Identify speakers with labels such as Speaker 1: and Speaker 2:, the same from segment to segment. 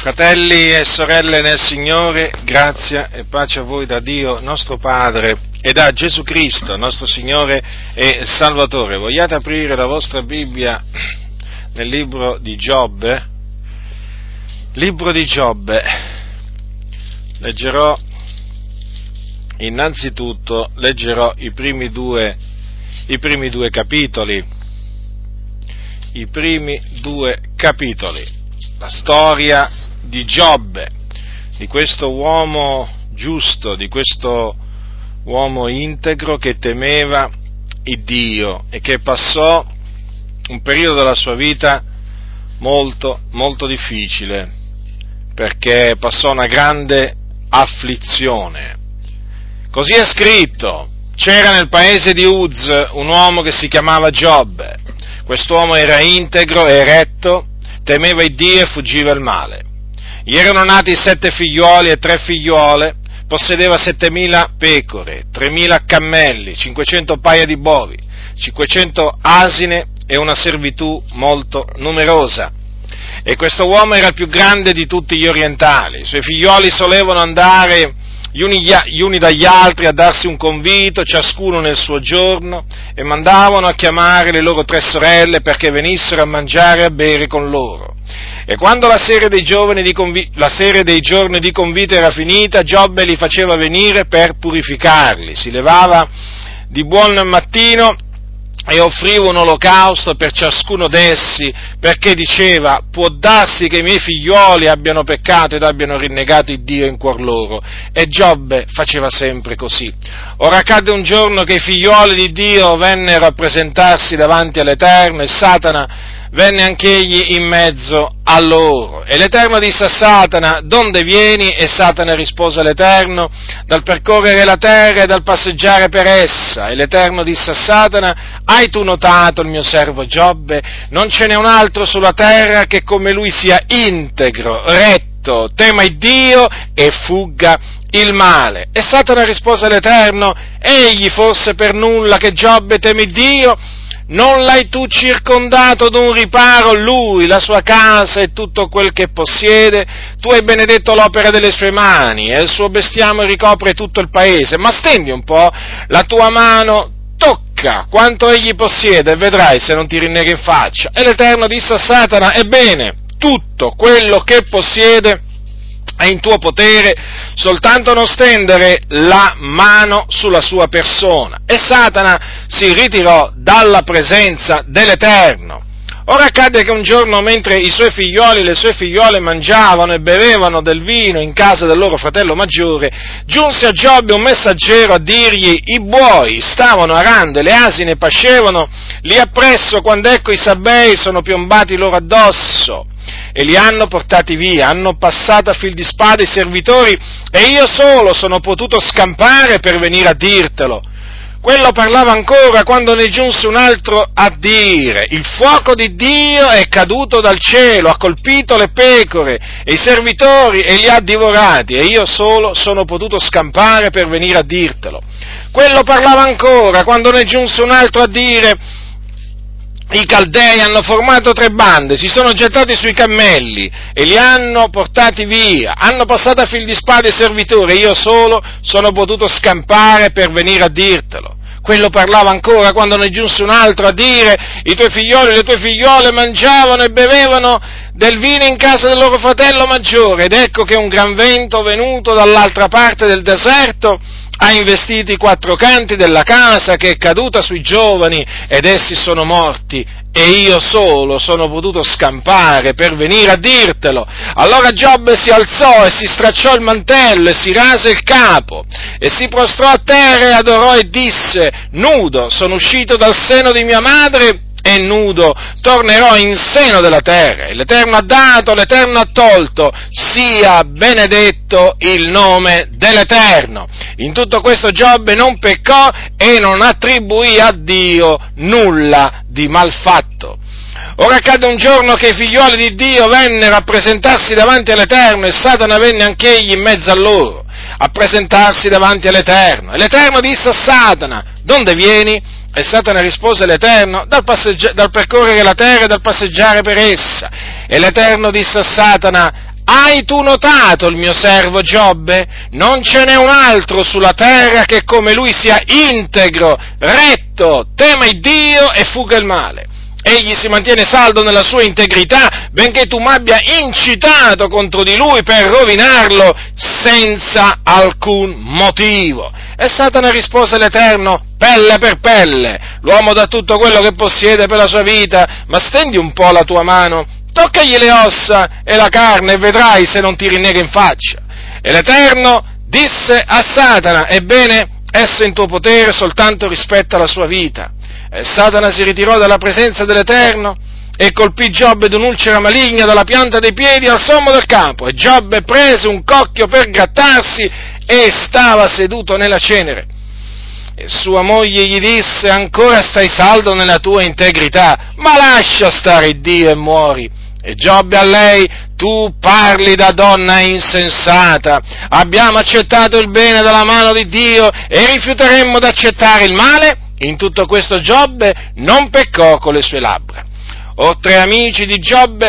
Speaker 1: Fratelli e sorelle nel Signore, grazia e pace a voi da Dio nostro Padre e da Gesù Cristo, nostro Signore e Salvatore. Vogliate aprire la vostra Bibbia nel libro di Giobbe? Libro di Giobbe. Innanzitutto leggerò i primi due capitoli. I primi due capitoli. La storia di Giobbe, di questo uomo giusto, di questo uomo integro che temeva il Dio e che passò un periodo della sua vita molto, molto difficile, perché passò una grande afflizione. Così è scritto: c'era nel paese di Uz un uomo che si chiamava Giobbe. Quest'uomo era integro e retto, temeva il Dio e fuggiva il male. Gli erano nati 7 figlioli e 3 figliole, possedeva 7.000 pecore, 3.000 cammelli, 500 paia di bovi, 500 asine e una servitù molto numerosa. E questo uomo era il più grande di tutti gli orientali. I suoi figlioli solevano andare gli uni dagli altri a darsi un convito, ciascuno nel suo giorno, e mandavano a chiamare le loro 3 sorelle perché venissero a mangiare e a bere con loro. E quando la serie dei giorni di convito era finita, Giobbe li faceva venire per purificarli. Si levava di buon mattino e offriva un olocausto per ciascuno d'essi, perché diceva: può darsi che i miei figlioli abbiano peccato ed abbiano rinnegato il Dio in cuor loro. E Giobbe faceva sempre così. Ora accadde un giorno che i figlioli di Dio vennero a presentarsi davanti all'Eterno e Satana venne anch'egli in mezzo a loro. E l'Eterno disse a Satana: donde vieni? E Satana rispose all'Eterno: dal percorrere la terra e dal passeggiare per essa. E l'Eterno disse a Satana: hai tu notato il mio servo Giobbe? Non ce n'è un altro sulla terra che come lui sia integro, retto, tema il Dio e fugga il male. E Satana rispose all'Eterno: egli forse per nulla che Giobbe teme il Dio? Non l'hai tu circondato d'un riparo lui, la sua casa e tutto quel che possiede? Tu hai benedetto l'opera delle sue mani e il suo bestiame ricopre tutto il paese. Ma stendi un po' la tua mano, tocca quanto egli possiede e vedrai se non ti rinnega in faccia. E l'Eterno disse a Satana: ebbene, tutto quello che possiede è in tuo potere, soltanto non stendere la mano sulla sua persona. E Satana si ritirò dalla presenza dell'Eterno. Ora accadde che un giorno, mentre i suoi figlioli e le sue figliole mangiavano e bevevano del vino in casa del loro fratello maggiore, giunse a Giobbe un messaggero a dirgli: i buoi stavano arando e le asine pascevano lì appresso, quando ecco i sabbei sono piombati loro addosso e li hanno portati via, hanno passato a fil di spada i servitori e io solo sono potuto scampare per venire a dirtelo. Quello parlava ancora quando ne giunse un altro a dire: il fuoco di Dio è caduto dal cielo, ha colpito le pecore e i servitori e li ha divorati e io solo sono potuto scampare per venire a dirtelo. Quello parlava ancora quando ne giunse un altro a dire: i Caldei hanno formato 3 bande, si sono gettati sui cammelli e li hanno portati via, hanno passato a fil di spada i servitori e io solo sono potuto scampare per venire a dirtelo. Quello parlava ancora quando ne giunse un altro a dire: i tuoi figlioli e le tue figliole mangiavano e bevevano del vino in casa del loro fratello maggiore, ed ecco che un gran vento venuto dall'altra parte del deserto ha investito i 4 canti della casa, che è caduta sui giovani ed essi sono morti e io solo sono potuto scampare per venire a dirtelo. Allora Giobbe si alzò e si stracciò il mantello e si rase il capo e si prostrò a terra e adorò e disse: nudo sono uscito dal seno di mia madre e nudo tornerò in seno della terra. E l'Eterno ha dato, l'Eterno ha tolto, sia benedetto il nome dell'Eterno. In tutto questo Giobbe non peccò e non attribuì a Dio nulla di malfatto. Ora accade un giorno che i figlioli di Dio vennero a presentarsi davanti all'Eterno e Satana venne anch'egli in mezzo a loro a presentarsi davanti all'Eterno. E l'Eterno disse a Satana: donde vieni? E Satana rispose all'Eterno: dal percorrere la terra e dal passeggiare per essa. E l'Eterno disse a Satana: hai tu notato il mio servo Giobbe? Non ce n'è un altro sulla terra che come lui sia integro, retto, teme il Dio e fugga il male. Egli si mantiene saldo nella sua integrità, benché tu m'abbia incitato contro di lui per rovinarlo senza alcun motivo. E Satana rispose all'Eterno, pelle per pelle, l'uomo dà tutto quello che possiede per la sua vita, ma stendi un po' la tua mano, toccagli le ossa e la carne e vedrai se non ti rinnega in faccia. E l'Eterno disse a Satana, ebbene, esso è in tuo potere, soltanto rispetta la sua vita. E Satana si ritirò dalla presenza dell'Eterno e colpì Giobbe d'un'ulcera maligna dalla pianta dei piedi al sommo del capo, e Giobbe prese un cocchio per grattarsi e stava seduto nella cenere. E sua moglie gli disse, ancora stai saldo nella tua integrità, ma lascia stare Dio e muori. E Giobbe a lei, tu parli da donna insensata, abbiamo accettato il bene dalla mano di Dio e rifiuteremmo d'accettare il male? In tutto questo Giobbe non peccò con le sue labbra. Or tre amici di Giobbe,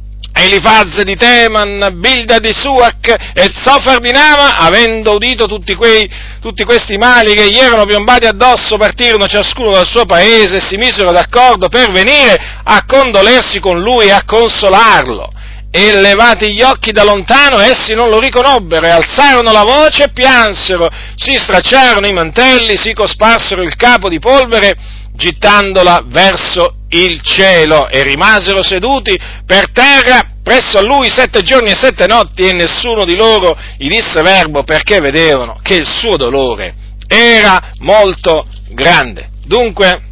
Speaker 1: Elifaz di Teman, Bilda di Suac e Zofar di Nama, avendo udito tutti questi mali che gli erano piombati addosso, partirono ciascuno dal suo paese e si misero d'accordo per venire a condolersi con lui e a consolarlo. E levati gli occhi da lontano, essi non lo riconobbero e alzarono la voce e piansero, si stracciarono i mantelli, si cosparsero il capo di polvere, gittandola verso il cielo, e rimasero seduti per terra presso a lui 7 giorni e 7 notti, e nessuno di loro gli disse verbo, perché vedevano che il suo dolore era molto grande. Dunque,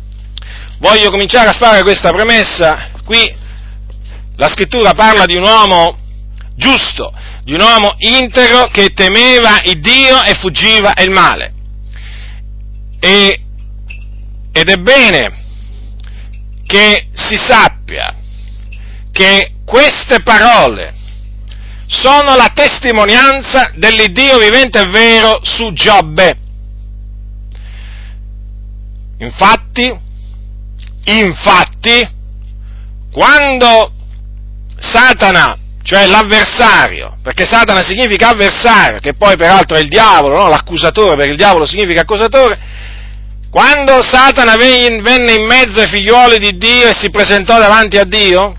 Speaker 1: voglio cominciare a fare questa premessa. Qui la scrittura parla di un uomo giusto, di un uomo integro che temeva il Dio e fuggiva il male. Ed è bene che si sappia che queste parole sono la testimonianza dell'Iddio vivente e vero su Giobbe. Infatti, quando Satana, cioè l'avversario, perché Satana significa avversario, che poi peraltro è il diavolo, no? L'accusatore, perché il diavolo significa accusatore, quando Satana venne in mezzo ai figliuoli di Dio e si presentò davanti a Dio,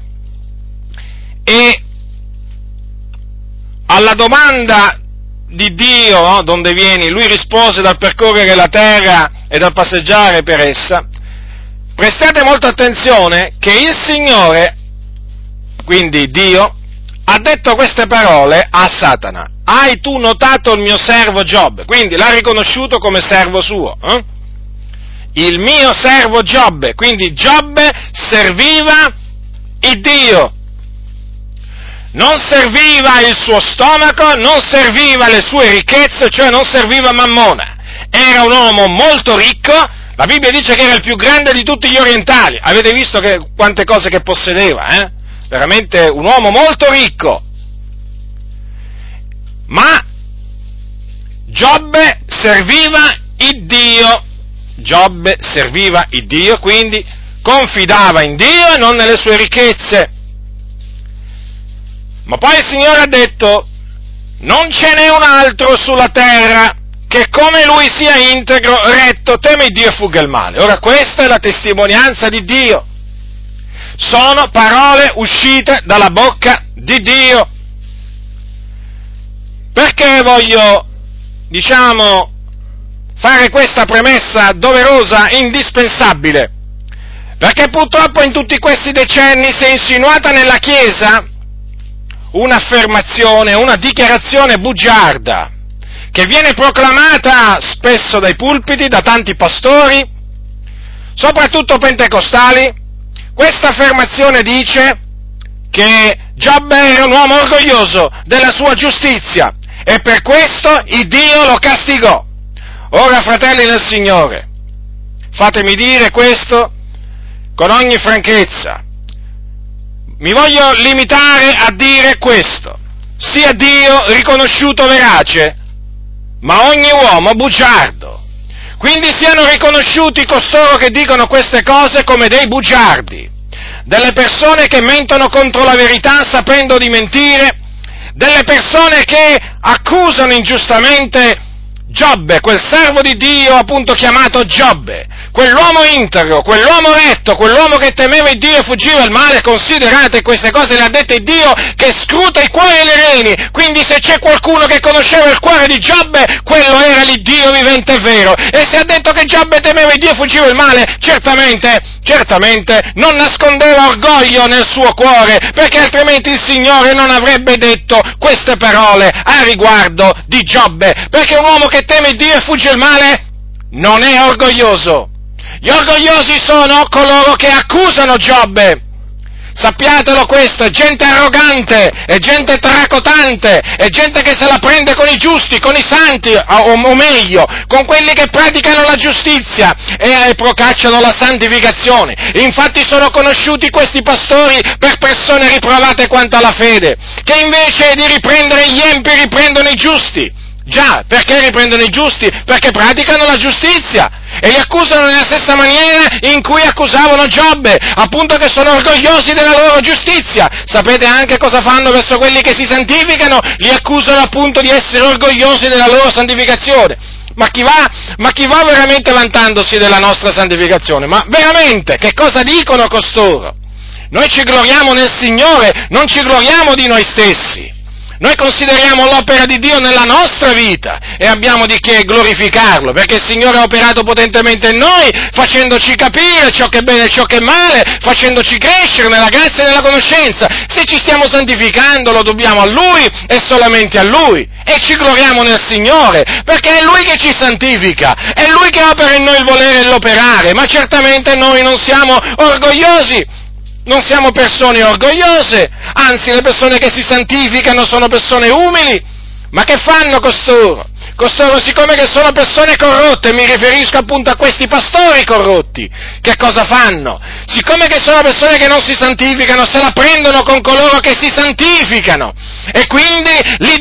Speaker 1: e alla domanda di Dio, no? Donde vieni, lui rispose dal percorrere la terra e dal passeggiare per essa. Prestate molta attenzione che il Signore, quindi Dio, ha detto queste parole a Satana: hai tu notato il mio servo Giobbe? Quindi l'ha riconosciuto come servo suo, il mio servo Giobbe. Quindi Giobbe serviva il Dio, non serviva il suo stomaco, non serviva le sue ricchezze, cioè non serviva Mammona. Era un uomo molto ricco, la Bibbia dice che era il più grande di tutti gli orientali. Avete visto quante cose che possedeva, Veramente un uomo molto ricco. Ma Giobbe serviva il Dio. Giobbe serviva il Dio, quindi confidava in Dio e non nelle sue ricchezze. Ma poi il Signore ha detto: non ce n'è un altro sulla terra che come lui sia integro, retto, teme il Dio e fugga il male. Ora questa è la testimonianza di Dio. Sono parole uscite dalla bocca di Dio. Perché voglio, fare questa premessa doverosa, indispensabile? Perché purtroppo in tutti questi decenni si è insinuata nella Chiesa un'affermazione, una dichiarazione bugiarda, che viene proclamata spesso dai pulpiti, da tanti pastori, soprattutto pentecostali. Questa affermazione dice che Giobbe era un uomo orgoglioso della sua giustizia e per questo il Dio lo castigò. Ora, fratelli nel Signore, fatemi dire questo con ogni franchezza. Mi voglio limitare a dire questo: sia Dio riconosciuto verace, ma ogni uomo bugiardo. Quindi siano riconosciuti costoro che dicono queste cose come dei bugiardi, delle persone che mentono contro la verità sapendo di mentire, delle persone che accusano ingiustamente Giobbe, quel servo di Dio appunto chiamato Giobbe, quell'uomo integro, quell'uomo retto, quell'uomo che temeva il Dio e fuggiva il male. Considerate, queste cose le ha dette Dio che scruta i cuori e le reni. Quindi se c'è qualcuno che conosceva il cuore di Giobbe, quello era l'Iddio vivente e vero. E se ha detto che Giobbe temeva il Dio e fuggiva il male, certamente non nascondeva orgoglio nel suo cuore, perché altrimenti il Signore non avrebbe detto queste parole a riguardo di Giobbe, perché un uomo che teme Dio e fugge il male non è orgoglioso. Gli orgogliosi sono coloro che accusano Giobbe. Sappiatelo questo, è gente arrogante, è gente tracotante, è gente che se la prende con i giusti, con i santi, o meglio, con quelli che praticano la giustizia e procacciano la santificazione. Infatti sono conosciuti questi pastori per persone riprovate quanto alla fede, che invece di riprendere gli empi riprendono i giusti. Già, perché riprendono i giusti? Perché praticano la giustizia e li accusano nella stessa maniera in cui accusavano Giobbe, appunto che sono orgogliosi della loro giustizia. Sapete anche cosa fanno verso quelli che si santificano? Li accusano appunto di essere orgogliosi della loro santificazione. Ma chi va veramente vantandosi della nostra santificazione? Ma veramente, che cosa dicono costoro? Noi ci gloriamo nel Signore, non ci gloriamo di noi stessi. Noi consideriamo l'opera di Dio nella nostra vita e abbiamo di che glorificarlo, perché il Signore ha operato potentemente in noi, facendoci capire ciò che è bene e ciò che è male, facendoci crescere nella grazia e nella conoscenza. Se ci stiamo santificando lo dobbiamo a Lui e solamente a Lui, e ci gloriamo nel Signore, perché è Lui che ci santifica, è Lui che opera in noi il volere e l'operare, ma certamente noi non siamo orgogliosi. Non siamo persone orgogliose, anzi le persone che si santificano sono persone umili. Ma che fanno costoro? Costoro, siccome che sono persone corrotte, mi riferisco appunto a questi pastori corrotti, che cosa fanno? Siccome che sono persone che non si santificano, se la prendono con coloro che si santificano, e quindi li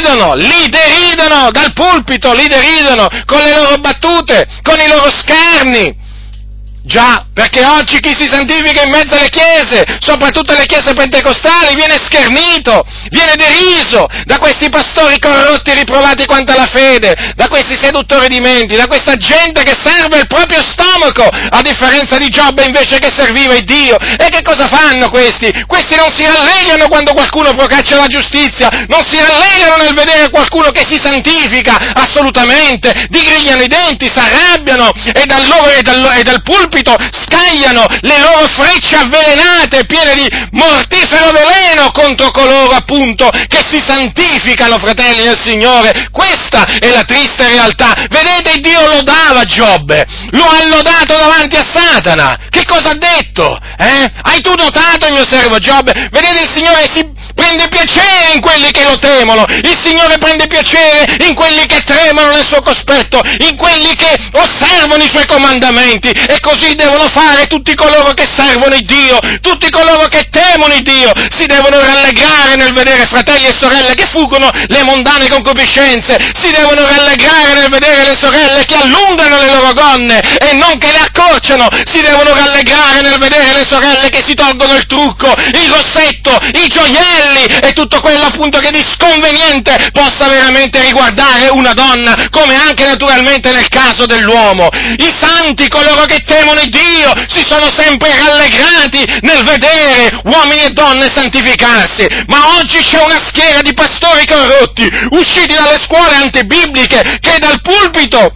Speaker 1: deridono dal pulpito, li deridono con le loro battute, con i loro scherni. Già, perché oggi chi si santifica in mezzo alle chiese, soprattutto le chiese pentecostali, viene schernito, viene deriso da questi pastori corrotti e riprovati quanto alla fede, da questi seduttori di menti, da questa gente che serve il proprio stomaco, a differenza di Giobbe invece che serviva il Dio. E che cosa fanno questi? Questi non si rallegrano quando qualcuno procaccia la giustizia, non si rallegrano nel vedere qualcuno che si santifica, assolutamente, digrigliano i denti, si arrabbiano e dal pulpito scagliano le loro frecce avvelenate, piene di mortifero veleno contro coloro appunto che si santificano, fratelli del Signore. Questa è la triste realtà. Vedete, Dio lodava Giobbe, lo ha lodato davanti a Satana. Che cosa ha detto? Hai tu notato il mio servo Giobbe? Vedete, il Signore prende piacere in quelli che lo temono, il Signore prende piacere in quelli che tremano nel suo cospetto, in quelli che osservano i suoi comandamenti, e così devono fare tutti coloro che servono il Dio, tutti coloro che temono il Dio, si devono rallegrare nel vedere fratelli e sorelle che fuggono le mondane concupiscenze, si devono rallegrare nel vedere le sorelle che allungano le loro gonne e non che le accorciano, si devono rallegrare nel vedere le sorelle che si tolgono il trucco, il rossetto, i gioielli e tutto quello appunto che di sconveniente possa veramente riguardare una donna, come anche naturalmente nel caso dell'uomo. I santi, coloro che temono il Dio, si sono sempre rallegrati nel vedere uomini e donne santificarsi, ma oggi c'è una schiera di pastori corrotti, usciti dalle scuole antibibliche, che dal pulpito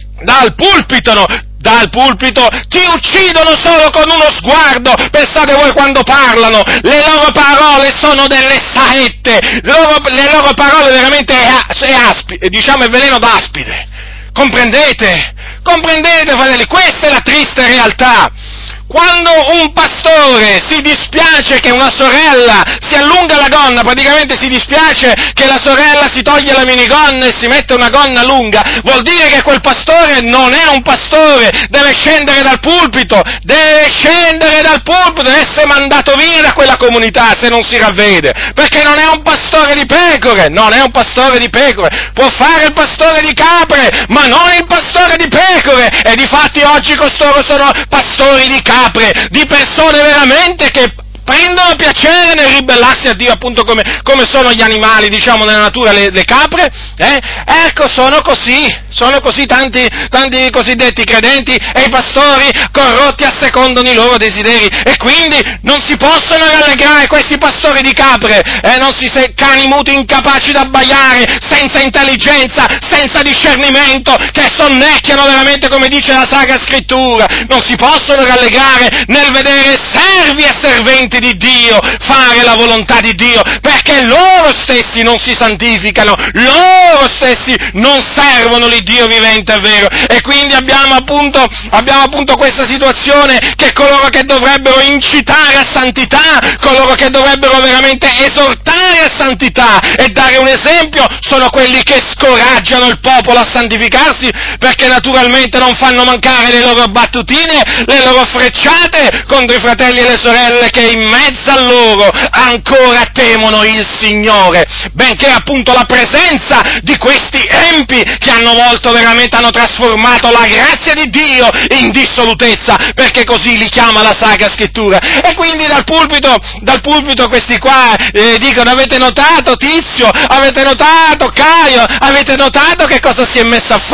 Speaker 1: ti uccidono solo con uno sguardo. Pensate voi quando parlano, le loro parole sono delle saette, le loro parole veramente è veleno d'aspide. Comprendete, fratelli, questa è la triste realtà. Quando un pastore si dispiace che una sorella si allunga la gonna, praticamente si dispiace che la sorella si toglie la minigonna e si mette una gonna lunga, vuol dire che quel pastore non è un pastore, deve scendere dal pulpito, deve essere mandato via da quella comunità se non si ravvede, perché non è un pastore di pecore, può fare il pastore di capre, ma non il pastore di pecore, e difatti oggi costoro sono pastori di capre, di persone veramente che prendono piacere nel ribellarsi a Dio, appunto come sono gli animali, diciamo, nella natura, le capre, ecco, sono così tanti cosiddetti credenti e i pastori corrotti assecondano i loro desideri, e quindi non si possono rallegrare questi pastori di capre, cani muti incapaci da abbaiare, senza intelligenza, senza discernimento, che sonnecchiano veramente, come dice la Sacra Scrittura. Non si possono rallegrare nel vedere servi e serventi di Dio fare la volontà di Dio, perché loro stessi non si santificano, loro stessi non servono l'Iddio vivente e vero, e quindi abbiamo appunto questa situazione che coloro che dovrebbero incitare a santità, coloro che dovrebbero veramente esortare a santità e dare un esempio, sono quelli che scoraggiano il popolo a santificarsi, perché naturalmente non fanno mancare le loro battutine, le loro frecciate contro i fratelli e le sorelle che in mezzo a loro ancora temono il Signore, benché appunto la presenza di questi empi che hanno trasformato la grazia di Dio in dissolutezza, perché così li chiama la Sacra Scrittura. E quindi dal pulpito questi qua dicono: avete notato Tizio, avete notato Caio, avete notato che cosa si è messo a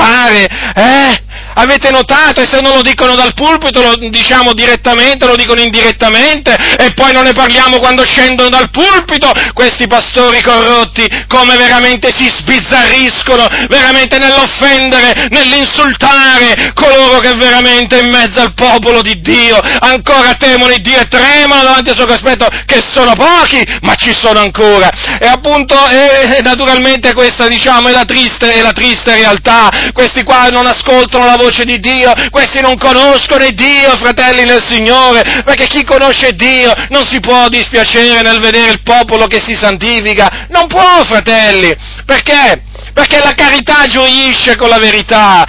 Speaker 1: fare? Avete notato? E se non lo dicono dal pulpito, lo diciamo direttamente, lo dicono indirettamente, e poi non ne parliamo quando scendono dal pulpito, questi pastori corrotti, come veramente si sbizzarriscono, veramente nell'offendere, nell'insultare coloro che veramente in mezzo al popolo di Dio ancora temono il Dio e tremano davanti al suo cospetto, che sono pochi, ma ci sono ancora. E appunto, naturalmente questa, diciamo, è la triste realtà. Questi qua non ascoltano la voce di Dio, questi non conoscono il Dio, fratelli nel Signore, perché chi conosce Dio non si può dispiacere nel vedere il popolo che si santifica, non può, fratelli, perché la carità gioisce con la verità,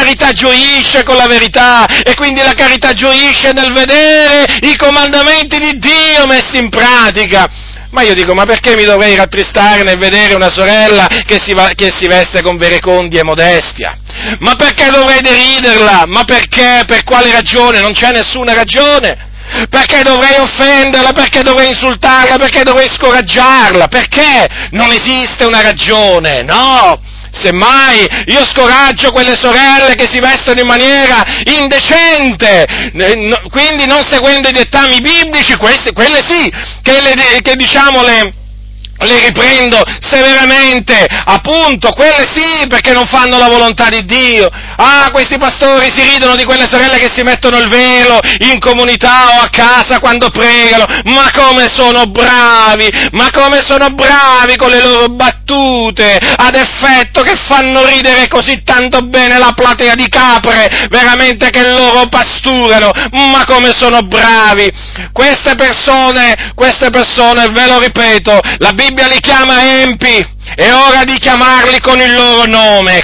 Speaker 1: e quindi la carità gioisce nel vedere i comandamenti di Dio messi in pratica. Ma io dico, ma perché mi dovrei rattristare nel vedere una sorella che si veste con verecondia e modestia? Ma perché dovrei deriderla? Ma perché? Per quale ragione? Non c'è nessuna ragione. Perché dovrei offenderla? Perché dovrei insultarla? Perché dovrei scoraggiarla? Perché? Non esiste una ragione, no? Semmai io scoraggio quelle sorelle che si vestono in maniera indecente, quindi non seguendo i dettami biblici, quelle sì, che diciamo le riprendo severamente, appunto, quelle sì, perché non fanno la volontà di Dio. Questi pastori si ridono di quelle sorelle che si mettono il velo in comunità o a casa quando pregano, ma come sono bravi con le loro battute ad effetto, che fanno ridere così tanto bene la platea di capre, veramente, che loro pasturano, ma come sono bravi. Queste persone, ve lo ripeto, la Bibbia li chiama empi. È ora di chiamarli con il loro nome,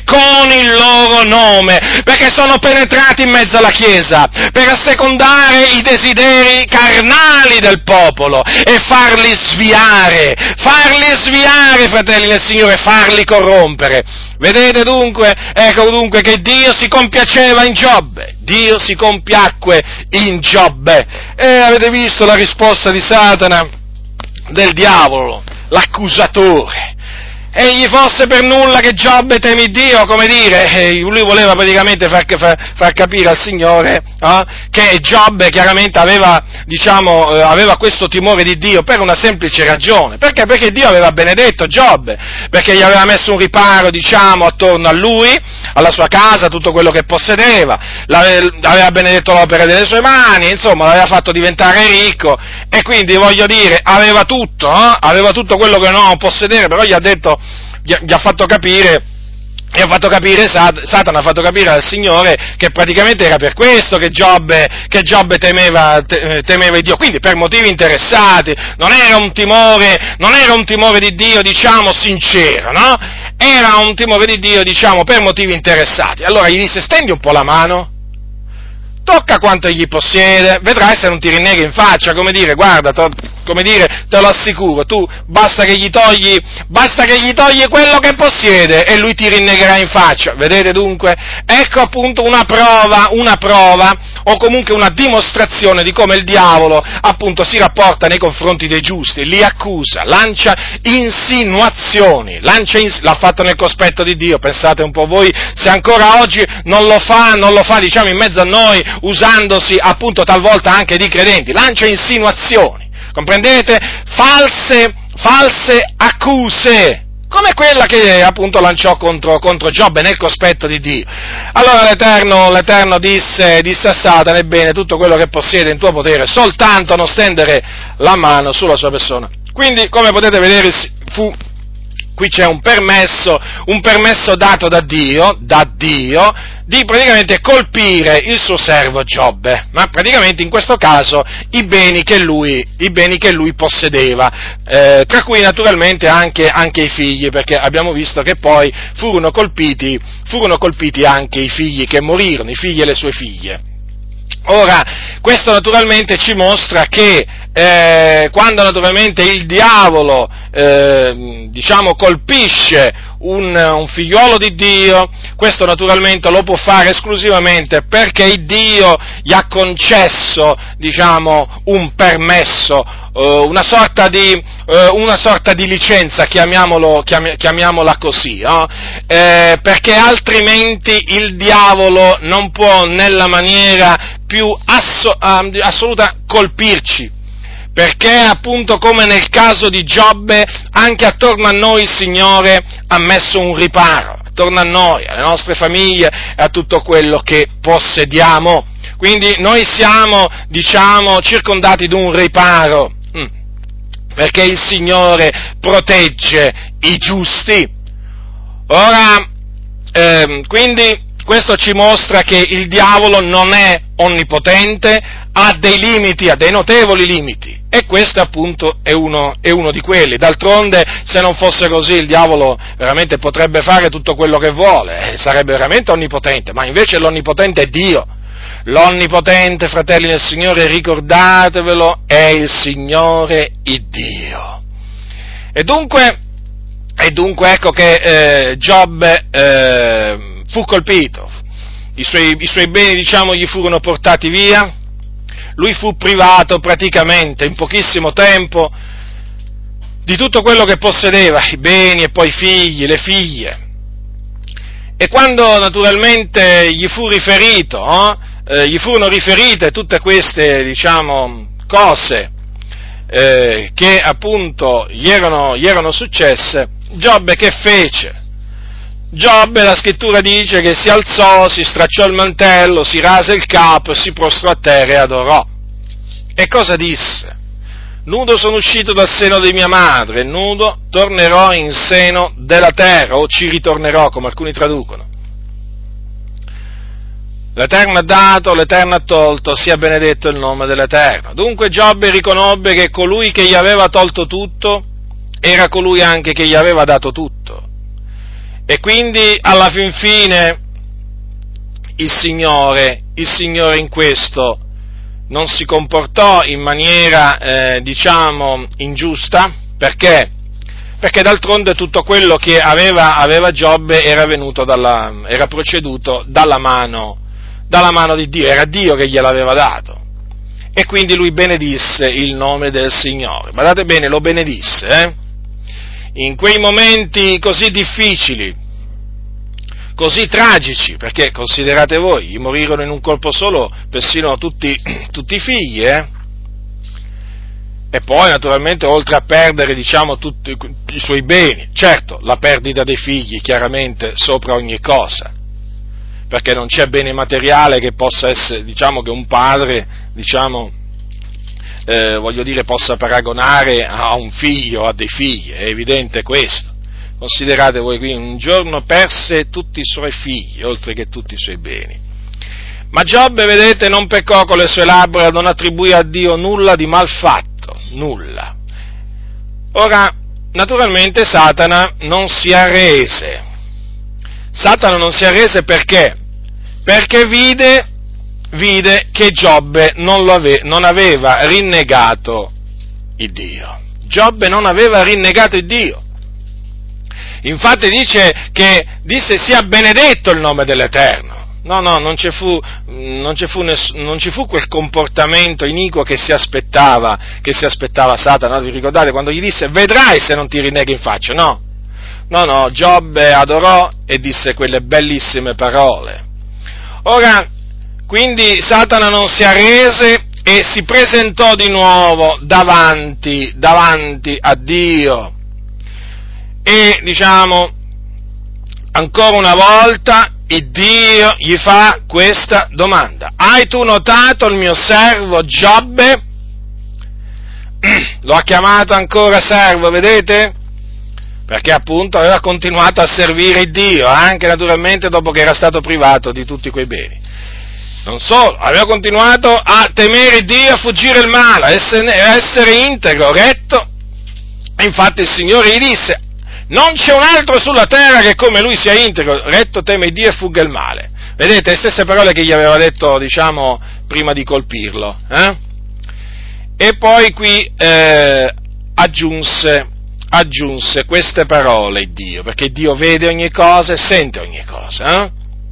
Speaker 1: perché sono penetrati in mezzo alla Chiesa per assecondare i desideri carnali del popolo e farli sviare, fratelli del Signore, farli corrompere. Vedete dunque? Ecco dunque che Dio si compiaceva in Giobbe, Dio si compiacque in Giobbe. E avete visto la risposta di Satana, del diavolo, l'accusatore. Egli fosse per nulla che Giobbe teme Dio, come dire, lui voleva praticamente far capire al Signore che Giobbe chiaramente aveva questo timore di Dio per una semplice ragione. Perché Dio aveva benedetto Giobbe, perché gli aveva messo un riparo, attorno a lui, alla sua casa, tutto quello che possedeva, aveva benedetto l'opera delle sue mani, insomma, l'aveva fatto diventare ricco, e quindi, voglio dire, aveva tutto quello che un uomo può possedere, però gli ha fatto capire, Satana ha fatto capire al Signore che praticamente era per questo che Giobbe temeva Dio, quindi per motivi interessati, non era un timore di Dio, sincero, no? Era un timore di Dio, per motivi interessati. Allora gli disse: stendi un po' la mano, tocca quanto egli possiede, vedrai se non ti rinnega in faccia, come dire, guarda, come dire, te lo assicuro, tu basta che gli togli quello che possiede e lui ti rinnegherà in faccia. Vedete dunque? Ecco appunto una prova, o comunque una dimostrazione di come il diavolo appunto si rapporta nei confronti dei giusti, li accusa, lancia insinuazioni, l'ha fatto nel cospetto di Dio, pensate un po' voi se ancora oggi non lo fa diciamo in mezzo a noi, usandosi appunto talvolta anche di credenti, lancia insinuazioni. Comprendete? False accuse, come quella che appunto lanciò contro Giobbe nel cospetto di Dio. Allora l'Eterno disse a Satana: ebbene, tutto quello che possiede in tuo potere, soltanto non stendere la mano sulla sua persona. Quindi, come potete vedere, qui c'è un permesso dato da Dio, di praticamente colpire il suo servo Giobbe, ma praticamente in questo caso i beni che lui possedeva, tra cui naturalmente anche i figli, perché abbiamo visto che poi furono colpiti anche i figli che morirono, i figli e le sue figlie. Ora, questo naturalmente ci mostra che quando naturalmente il diavolo colpisce un figliuolo di Dio, questo naturalmente lo può fare esclusivamente perché il Dio gli ha concesso un permesso, una sorta di licenza, chiamiamola così, no? Perché altrimenti il diavolo non può nella maniera più assoluta colpirci. Perché appunto come nel caso di Giobbe, anche attorno a noi il Signore ha messo un riparo, attorno a noi, alle nostre famiglie e a tutto quello che possediamo. Quindi noi siamo, circondati di un riparo, perché il Signore protegge i giusti. Ora, quindi questo ci mostra che il diavolo non è onnipotente, ha dei limiti, ha dei notevoli limiti, e questo appunto è uno di quelli. D'altronde, se non fosse così, il diavolo veramente potrebbe fare tutto quello che vuole, sarebbe veramente onnipotente, ma invece l'onnipotente è Dio. L'onnipotente, fratelli nel Signore, ricordatevelo, è il Signore, il Dio. E dunque ecco che Giobbe fu colpito, i suoi beni, gli furono portati via, lui fu privato praticamente in pochissimo tempo di tutto quello che possedeva, i beni e poi i figli, le figlie. E quando naturalmente gli furono riferite tutte queste, cose che appunto gli erano successe, Giobbe che fece? Giobbe, la scrittura dice che si alzò, si stracciò il mantello, si rase il capo e si prostrò a terra e adorò. E cosa disse? Nudo sono uscito dal seno di mia madre, e nudo tornerò in seno della terra, o ci ritornerò, come alcuni traducono. L'Eterno ha dato, l'Eterno ha tolto, sia benedetto il nome dell'Eterno. Dunque Giobbe riconobbe che colui che gli aveva tolto tutto era colui anche che gli aveva dato tutto. E quindi alla fin fine il Signore in questo non si comportò in maniera, ingiusta, perché d'altronde tutto quello che aveva Giobbe era proceduto dalla mano di Dio, era Dio che gliel'aveva dato. E quindi lui benedisse il nome del Signore. Badate bene, lo benedisse, in quei momenti così difficili, così tragici, perché considerate voi, gli morirono in un colpo solo persino tutti i figli, e poi naturalmente oltre a perdere tutti i suoi beni, certo la perdita dei figli chiaramente sopra ogni cosa, perché non c'è bene materiale che possa essere, che un padre, possa paragonare a un figlio, a dei figli, è evidente questo. Considerate voi qui, un giorno perse tutti i suoi figli, oltre che tutti i suoi beni. Ma Giobbe, vedete, non peccò con le sue labbra, non attribuì a Dio nulla di malfatto, nulla. Ora, naturalmente Satana non si arrese. Satana non si arrese perché? Perché vide che Giobbe non aveva rinnegato il Dio. Giobbe non aveva rinnegato il Dio. Infatti disse sia benedetto il nome dell'Eterno. No, non ci fu quel comportamento iniquo che si aspettava Satana. Vi ricordate quando gli disse vedrai se non ti rinneghi in faccia? No, Giobbe adorò e disse quelle bellissime parole. Ora, quindi Satana non si arrese e si presentò di nuovo davanti a Dio. E ancora una volta il Dio gli fa questa domanda: hai tu notato il mio servo Giobbe? Lo ha chiamato ancora servo, vedete? Perché appunto aveva continuato a servire il Dio, anche naturalmente dopo che era stato privato di tutti quei beni. Non solo, aveva continuato a temere il Dio, a fuggire il male, a essere integro, retto. E infatti il Signore gli disse: non c'è un altro sulla terra che come lui sia integro, retto, teme Dio e fugga il male. Vedete, le stesse parole che gli aveva detto, prima di colpirlo. E poi qui aggiunse queste parole Dio, perché Dio vede ogni cosa e sente ogni cosa.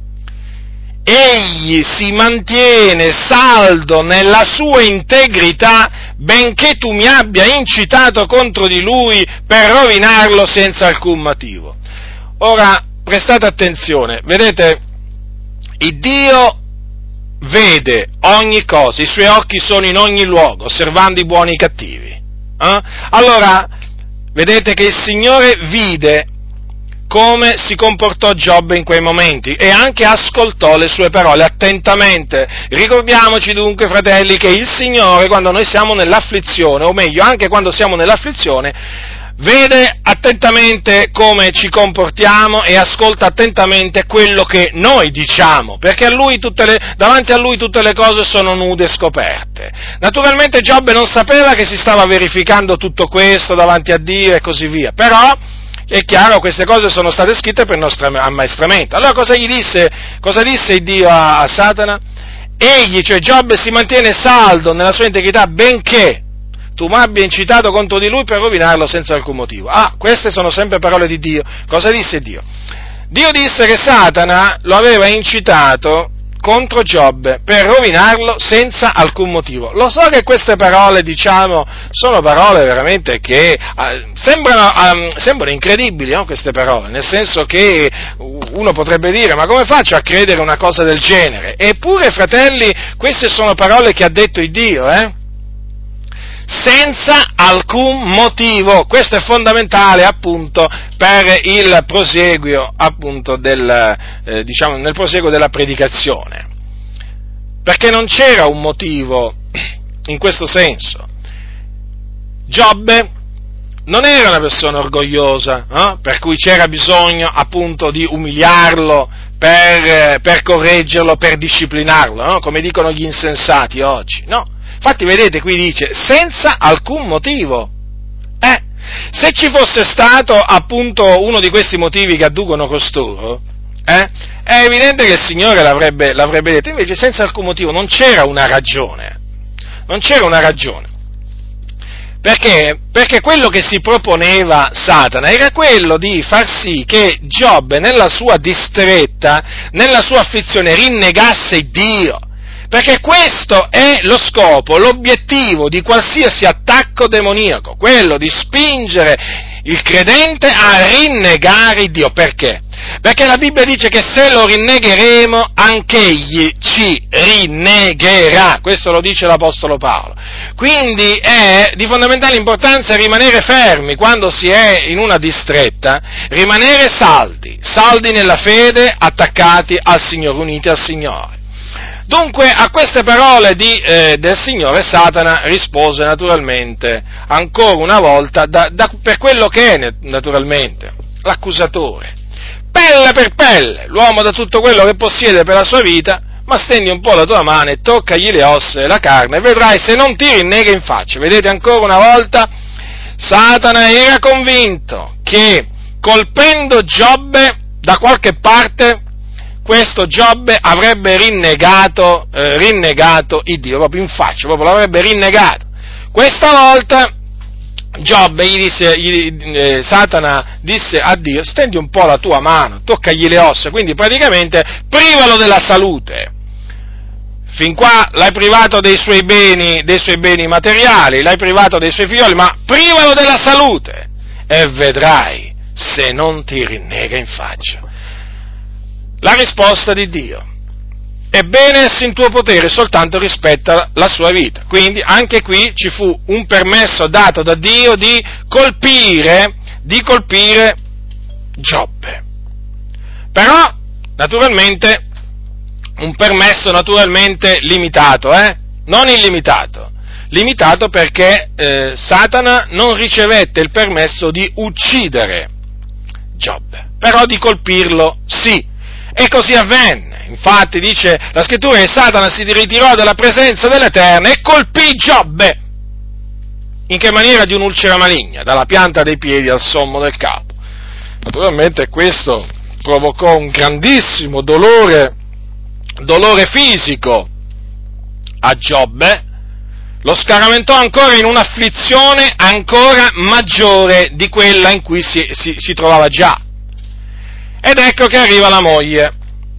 Speaker 1: Egli si mantiene saldo nella sua integrità, benché tu mi abbia incitato contro di lui per rovinarlo senza alcun motivo. Ora, prestate attenzione, vedete, il Dio vede ogni cosa, i suoi occhi sono in ogni luogo, osservando i buoni e i cattivi. Allora, vedete che il Signore vide come si comportò Giobbe in quei momenti e anche ascoltò le sue parole attentamente. Ricordiamoci dunque, fratelli, che il Signore, quando noi siamo nell'afflizione, o meglio, anche quando siamo nell'afflizione, vede attentamente come ci comportiamo e ascolta attentamente quello che noi diciamo, perché davanti a Lui tutte le cose sono nude e scoperte. Naturalmente Giobbe non sapeva che si stava verificando tutto questo davanti a Dio e così via, però è chiaro, queste cose sono state scritte per il nostro ammaestramento. Allora cosa disse il Dio a Satana? Egli, cioè Giobbe, si mantiene saldo nella sua integrità, benché tu mi abbia incitato contro di lui per rovinarlo senza alcun motivo. Queste sono sempre parole di Dio. Cosa disse Dio? Dio disse che Satana lo aveva incitato contro Giobbe per rovinarlo senza alcun motivo. Lo so che queste parole, sono parole veramente che sembrano incredibili, no? Queste parole, nel senso che uno potrebbe dire: ma come faccio a credere una cosa del genere? Eppure, fratelli, queste sono parole che ha detto il Dio, senza alcun motivo. Questo è fondamentale appunto per il prosieguo appunto nel prosieguo della predicazione, perché non c'era un motivo in questo senso. Giobbe non era una persona orgogliosa, per cui c'era bisogno appunto di umiliarlo per correggerlo, per disciplinarlo, come dicono gli insensati oggi, no. Infatti vedete, qui dice, senza alcun motivo. Se ci fosse stato appunto uno di questi motivi che adducono costoro, è evidente che il Signore l'avrebbe detto, invece senza alcun motivo, non c'era una ragione. Perché quello che si proponeva Satana era quello di far sì che Giobbe nella sua distretta, nella sua afflizione, rinnegasse Dio. Perché questo è lo scopo, l'obiettivo di qualsiasi attacco demoniaco, quello di spingere il credente a rinnegare Dio. Perché? Perché la Bibbia dice che se lo rinnegheremo, anch'egli ci rinnegherà. Questo lo dice l'Apostolo Paolo. Quindi è di fondamentale importanza rimanere fermi quando si è in una distretta, rimanere saldi nella fede, attaccati al Signore, uniti al Signore. Dunque a queste parole del Signore Satana rispose naturalmente ancora una volta per quello che è naturalmente l'accusatore. Pelle per pelle, l'uomo dà tutto quello che possiede per la sua vita, ma stendi un po' la tua mano e toccagli le ossa e la carne e vedrai se non ti rinnega in faccia. Vedete, ancora una volta Satana era convinto che colpendo Giobbe da qualche parte questo Giobbe avrebbe rinnegato il Dio, proprio in faccia, proprio l'avrebbe rinnegato. Questa volta Giobbe Satana disse a Dio: stendi un po' la tua mano, toccagli le ossa, quindi praticamente privalo della salute. Fin qua l'hai privato dei suoi beni materiali, l'hai privato dei suoi figlioli, ma privalo della salute e vedrai se non ti rinnega in faccia. La risposta di Dio: ebbene, esso in tuo potere, soltanto rispetta la sua vita. Quindi anche qui ci fu un permesso dato da Dio di colpire Giobbe. Però, naturalmente, un permesso naturalmente limitato, non illimitato. Limitato perché Satana non ricevette il permesso di uccidere Giobbe, però di colpirlo sì. E così avvenne. Infatti dice la scrittura che Satana si ritirò dalla presenza dell'Eterno e colpì Giobbe. In che maniera? Di un'ulcera maligna, dalla pianta dei piedi al sommo del capo. Naturalmente questo provocò un grandissimo dolore fisico a Giobbe, lo scaramentò ancora in un'afflizione ancora maggiore di quella in cui si trovava già. Ed ecco che arriva la moglie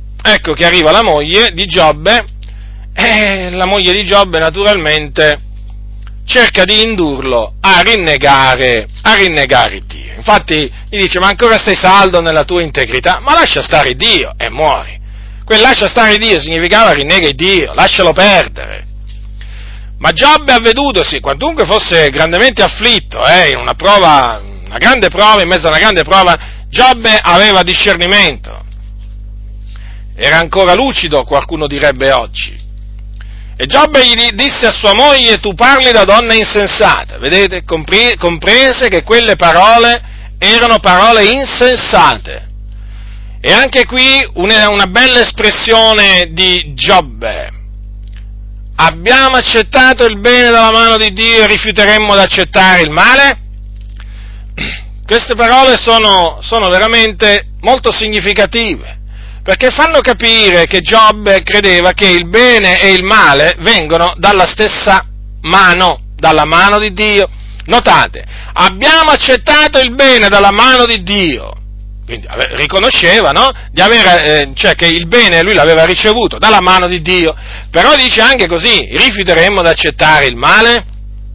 Speaker 1: di Giobbe, e la moglie di Giobbe naturalmente cerca di indurlo a rinnegare Dio. Infatti gli dice: ma ancora stai saldo nella tua integrità? Ma lascia stare Dio e muori. Quel lascia stare Dio significava rinnega Dio, lascialo perdere. Ma Giobbe, avvedutosi, quantunque fosse grandemente afflitto, in una grande prova, in mezzo a una grande prova, Giobbe aveva discernimento. Era ancora lucido, qualcuno direbbe oggi. E Giobbe gli disse a sua moglie: tu parli da donna insensata. Vedete? Comprese che quelle parole erano parole insensate. E anche qui una bella espressione di Giobbe: abbiamo accettato il bene dalla mano di Dio e rifiuteremmo di accettare il male? Queste parole sono veramente molto significative, perché fanno capire che Giobbe credeva che il bene e il male vengono dalla stessa mano, dalla mano di Dio. Notate, abbiamo accettato il bene dalla mano di Dio. Quindi riconosceva, no? Cioè che il bene lui l'aveva ricevuto dalla mano di Dio, però dice anche così: rifiuteremmo di accettare il male?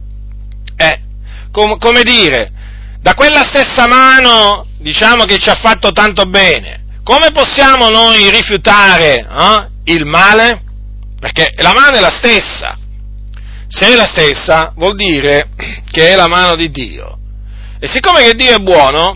Speaker 1: Come dire, da quella stessa mano, diciamo, che ci ha fatto tanto bene, come possiamo noi rifiutare il male? Perché la mano è la stessa. Se è la stessa, vuol dire che è la mano di Dio. E siccome che Dio è buono,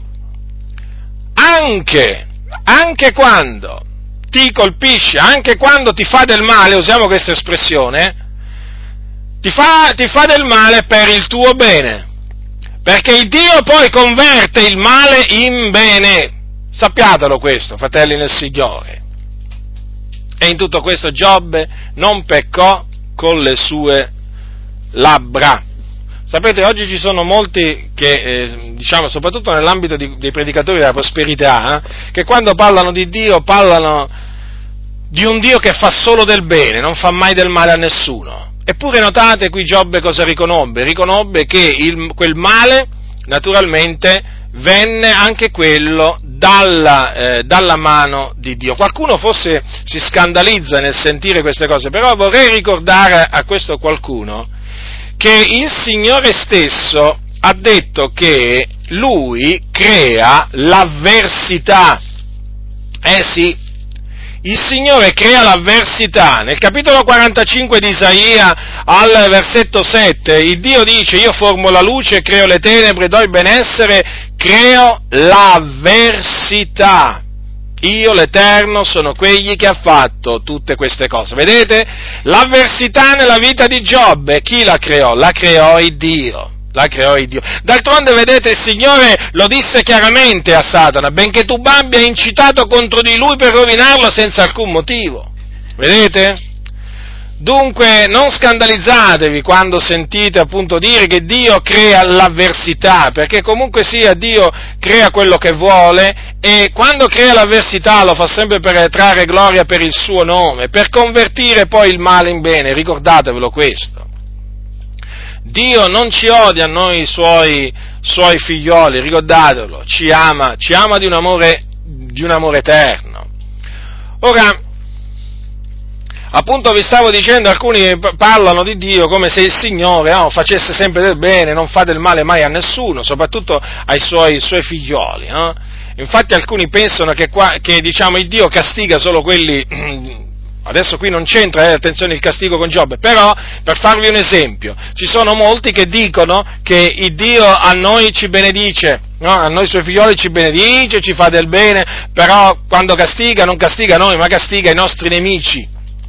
Speaker 1: anche quando ti colpisce, anche quando ti fa del male, usiamo questa espressione, ti fa del male per il tuo bene, perché il Dio poi converte il male in bene. Sappiatelo questo, fratelli nel Signore. E in tutto questo Giobbe non peccò con le sue labbra. Sapete, oggi ci sono molti che, soprattutto nell'ambito dei predicatori della prosperità, che quando parlano di Dio parlano di un Dio che fa solo del bene, non fa mai del male a nessuno. Eppure notate qui Giobbe cosa riconobbe? Riconobbe che quel male, naturalmente, venne anche quello dalla mano di Dio. Qualcuno forse si scandalizza nel sentire queste cose, però vorrei ricordare a questo qualcuno che il Signore stesso ha detto che Lui crea l'avversità. Sì, il Signore crea l'avversità. Nel capitolo 45 di Isaia, al versetto 7, il Dio dice: io formo la luce, creo le tenebre, do il benessere, creo l'avversità. Io, l'Eterno, sono quegli che ha fatto tutte queste cose. Vedete? L'avversità nella vita di Giobbe, chi la creò? La creò il Dio. D'altronde, vedete, il Signore lo disse chiaramente a Satana: benché tu abbia incitato contro di lui per rovinarlo senza alcun motivo. Vedete? Dunque non scandalizzatevi quando sentite appunto dire che Dio crea l'avversità, perché comunque sia Dio crea quello che vuole, e quando crea l'avversità lo fa sempre per trarre gloria per il suo nome, per convertire poi il male in bene, ricordatevelo questo. Dio non ci odia a noi suoi figlioli, ricordatelo, ci ama di un amore eterno. Ora, appunto vi stavo dicendo, alcuni parlano di Dio come se il Signore facesse sempre del bene, non fa del male mai a nessuno, soprattutto ai suoi figlioli, no? Infatti alcuni pensano che diciamo il Dio castiga solo quelli. Adesso qui non c'entra, attenzione, il castigo con Giobbe, però per farvi un esempio, ci sono molti che dicono che il Dio a noi ci benedice, no? A noi suoi figlioli ci benedice, ci fa del bene, però quando castiga non castiga noi, ma castiga i nostri nemici.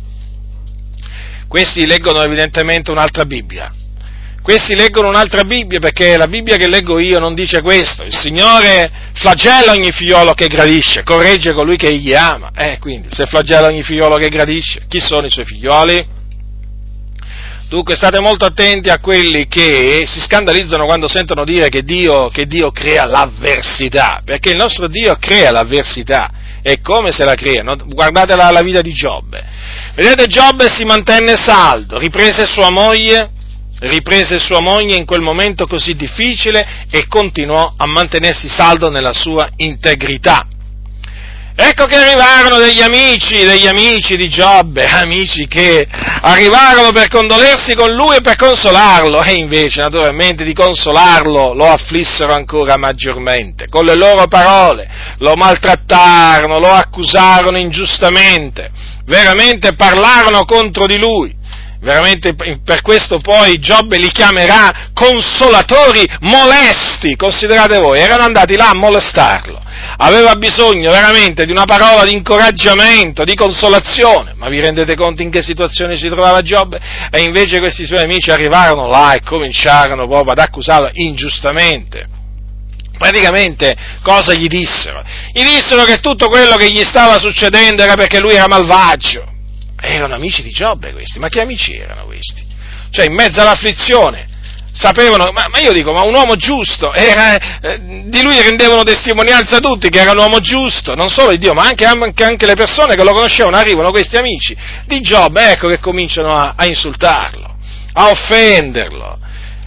Speaker 1: Questi leggono evidentemente un'altra Bibbia. Questi leggono un'altra Bibbia perché la Bibbia che leggo io non dice questo. Il Signore flagella ogni figliolo che gradisce, corregge colui che egli ama. Quindi, se flagella ogni figliolo che gradisce, chi sono i suoi figlioli? Dunque state molto attenti a quelli che si scandalizzano quando sentono dire che Dio crea l'avversità, perché il nostro Dio crea l'avversità. E come se la crea? No? Guardate la vita di Giobbe. Vedete, Giobbe si mantenne saldo, riprese sua moglie in quel momento così difficile e continuò a mantenersi saldo nella sua integrità. Ecco che arrivarono degli amici di Giobbe, amici che arrivarono per condolersi con lui e per consolarlo, e invece naturalmente di consolarlo lo afflissero ancora maggiormente. Con le loro parole lo maltrattarono, lo accusarono ingiustamente, veramente parlarono contro di lui. Veramente per questo poi Giobbe li chiamerà consolatori molesti. Considerate voi, erano andati là a molestarlo. Aveva bisogno veramente di una parola di incoraggiamento, di consolazione, ma vi rendete conto in che situazione si trovava Giobbe? E invece questi suoi amici arrivarono là e cominciarono proprio ad accusarlo ingiustamente. Praticamente cosa gli dissero? Gli dissero che tutto quello che gli stava succedendo era perché lui era malvagio. Erano amici di Giobbe questi, ma che amici erano questi? Cioè in mezzo all'afflizione sapevano, ma io dico, ma un uomo giusto, di lui rendevano testimonianza tutti che era un uomo giusto, non solo il Dio, ma anche le persone che lo conoscevano, arrivano questi amici di Giobbe, ecco che cominciano a insultarlo, a offenderlo.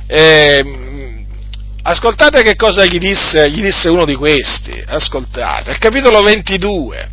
Speaker 1: Ascoltate che cosa gli disse uno di questi, ascoltate, al capitolo 22,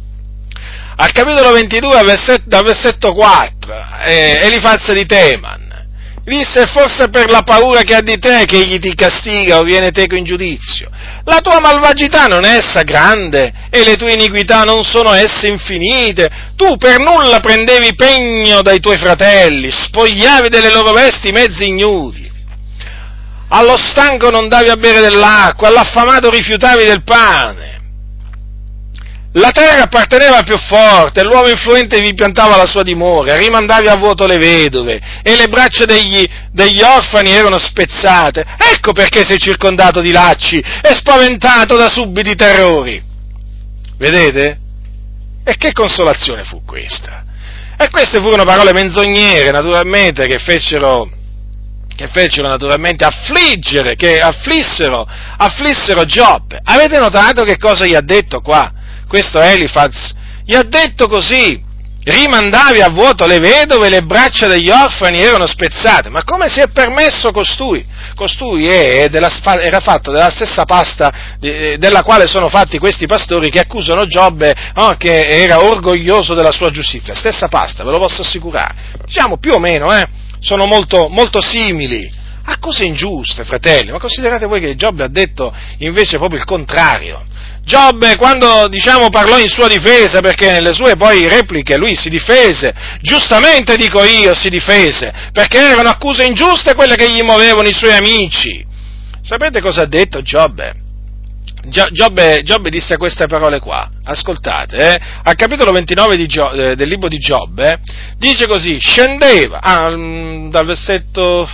Speaker 1: dal versetto 4, Elifaz di Teman, disse: forse per la paura che ha di te che egli ti castiga o viene teco in giudizio. La tua malvagità non è essa grande e le tue iniquità non sono esse infinite. Tu per nulla prendevi pegno dai tuoi fratelli, spogliavi delle loro vesti i mezzi ignudi. Allo stanco non davi a bere dell'acqua, all'affamato rifiutavi del pane. La terra apparteneva al più forte, l'uomo influente vi piantava la sua dimora, rimandavi a vuoto le vedove, e le braccia degli orfani erano spezzate. Ecco perché sei circondato di lacci e spaventato da subiti terrori. Vedete? E che consolazione fu questa? E queste furono parole menzognere, naturalmente, che fecero naturalmente affliggere, che afflissero Giobbe. Avete notato che cosa gli ha detto qua? Questo Elifaz gli ha detto così: rimandavi a vuoto le vedove, le braccia degli orfani erano spezzate. Ma come si è permesso costui? Costui era fatto della stessa pasta della quale sono fatti questi pastori che accusano Giobbe, che era orgoglioso della sua giustizia. Stessa pasta, ve lo posso assicurare. Diciamo più o meno, sono molto, molto simili. Accuse ingiuste, fratelli, ma considerate voi che Giobbe ha detto invece proprio il contrario. Giobbe, quando, parlò in sua difesa, perché nelle sue poi repliche lui si difese, giustamente dico io, si difese, perché erano accuse ingiuste quelle che gli muovevano i suoi amici. Sapete cosa ha detto Giobbe? Giobbe disse queste parole qua, ascoltate, al capitolo 29 del libro di Giobbe, dice così: scendeva, dal versetto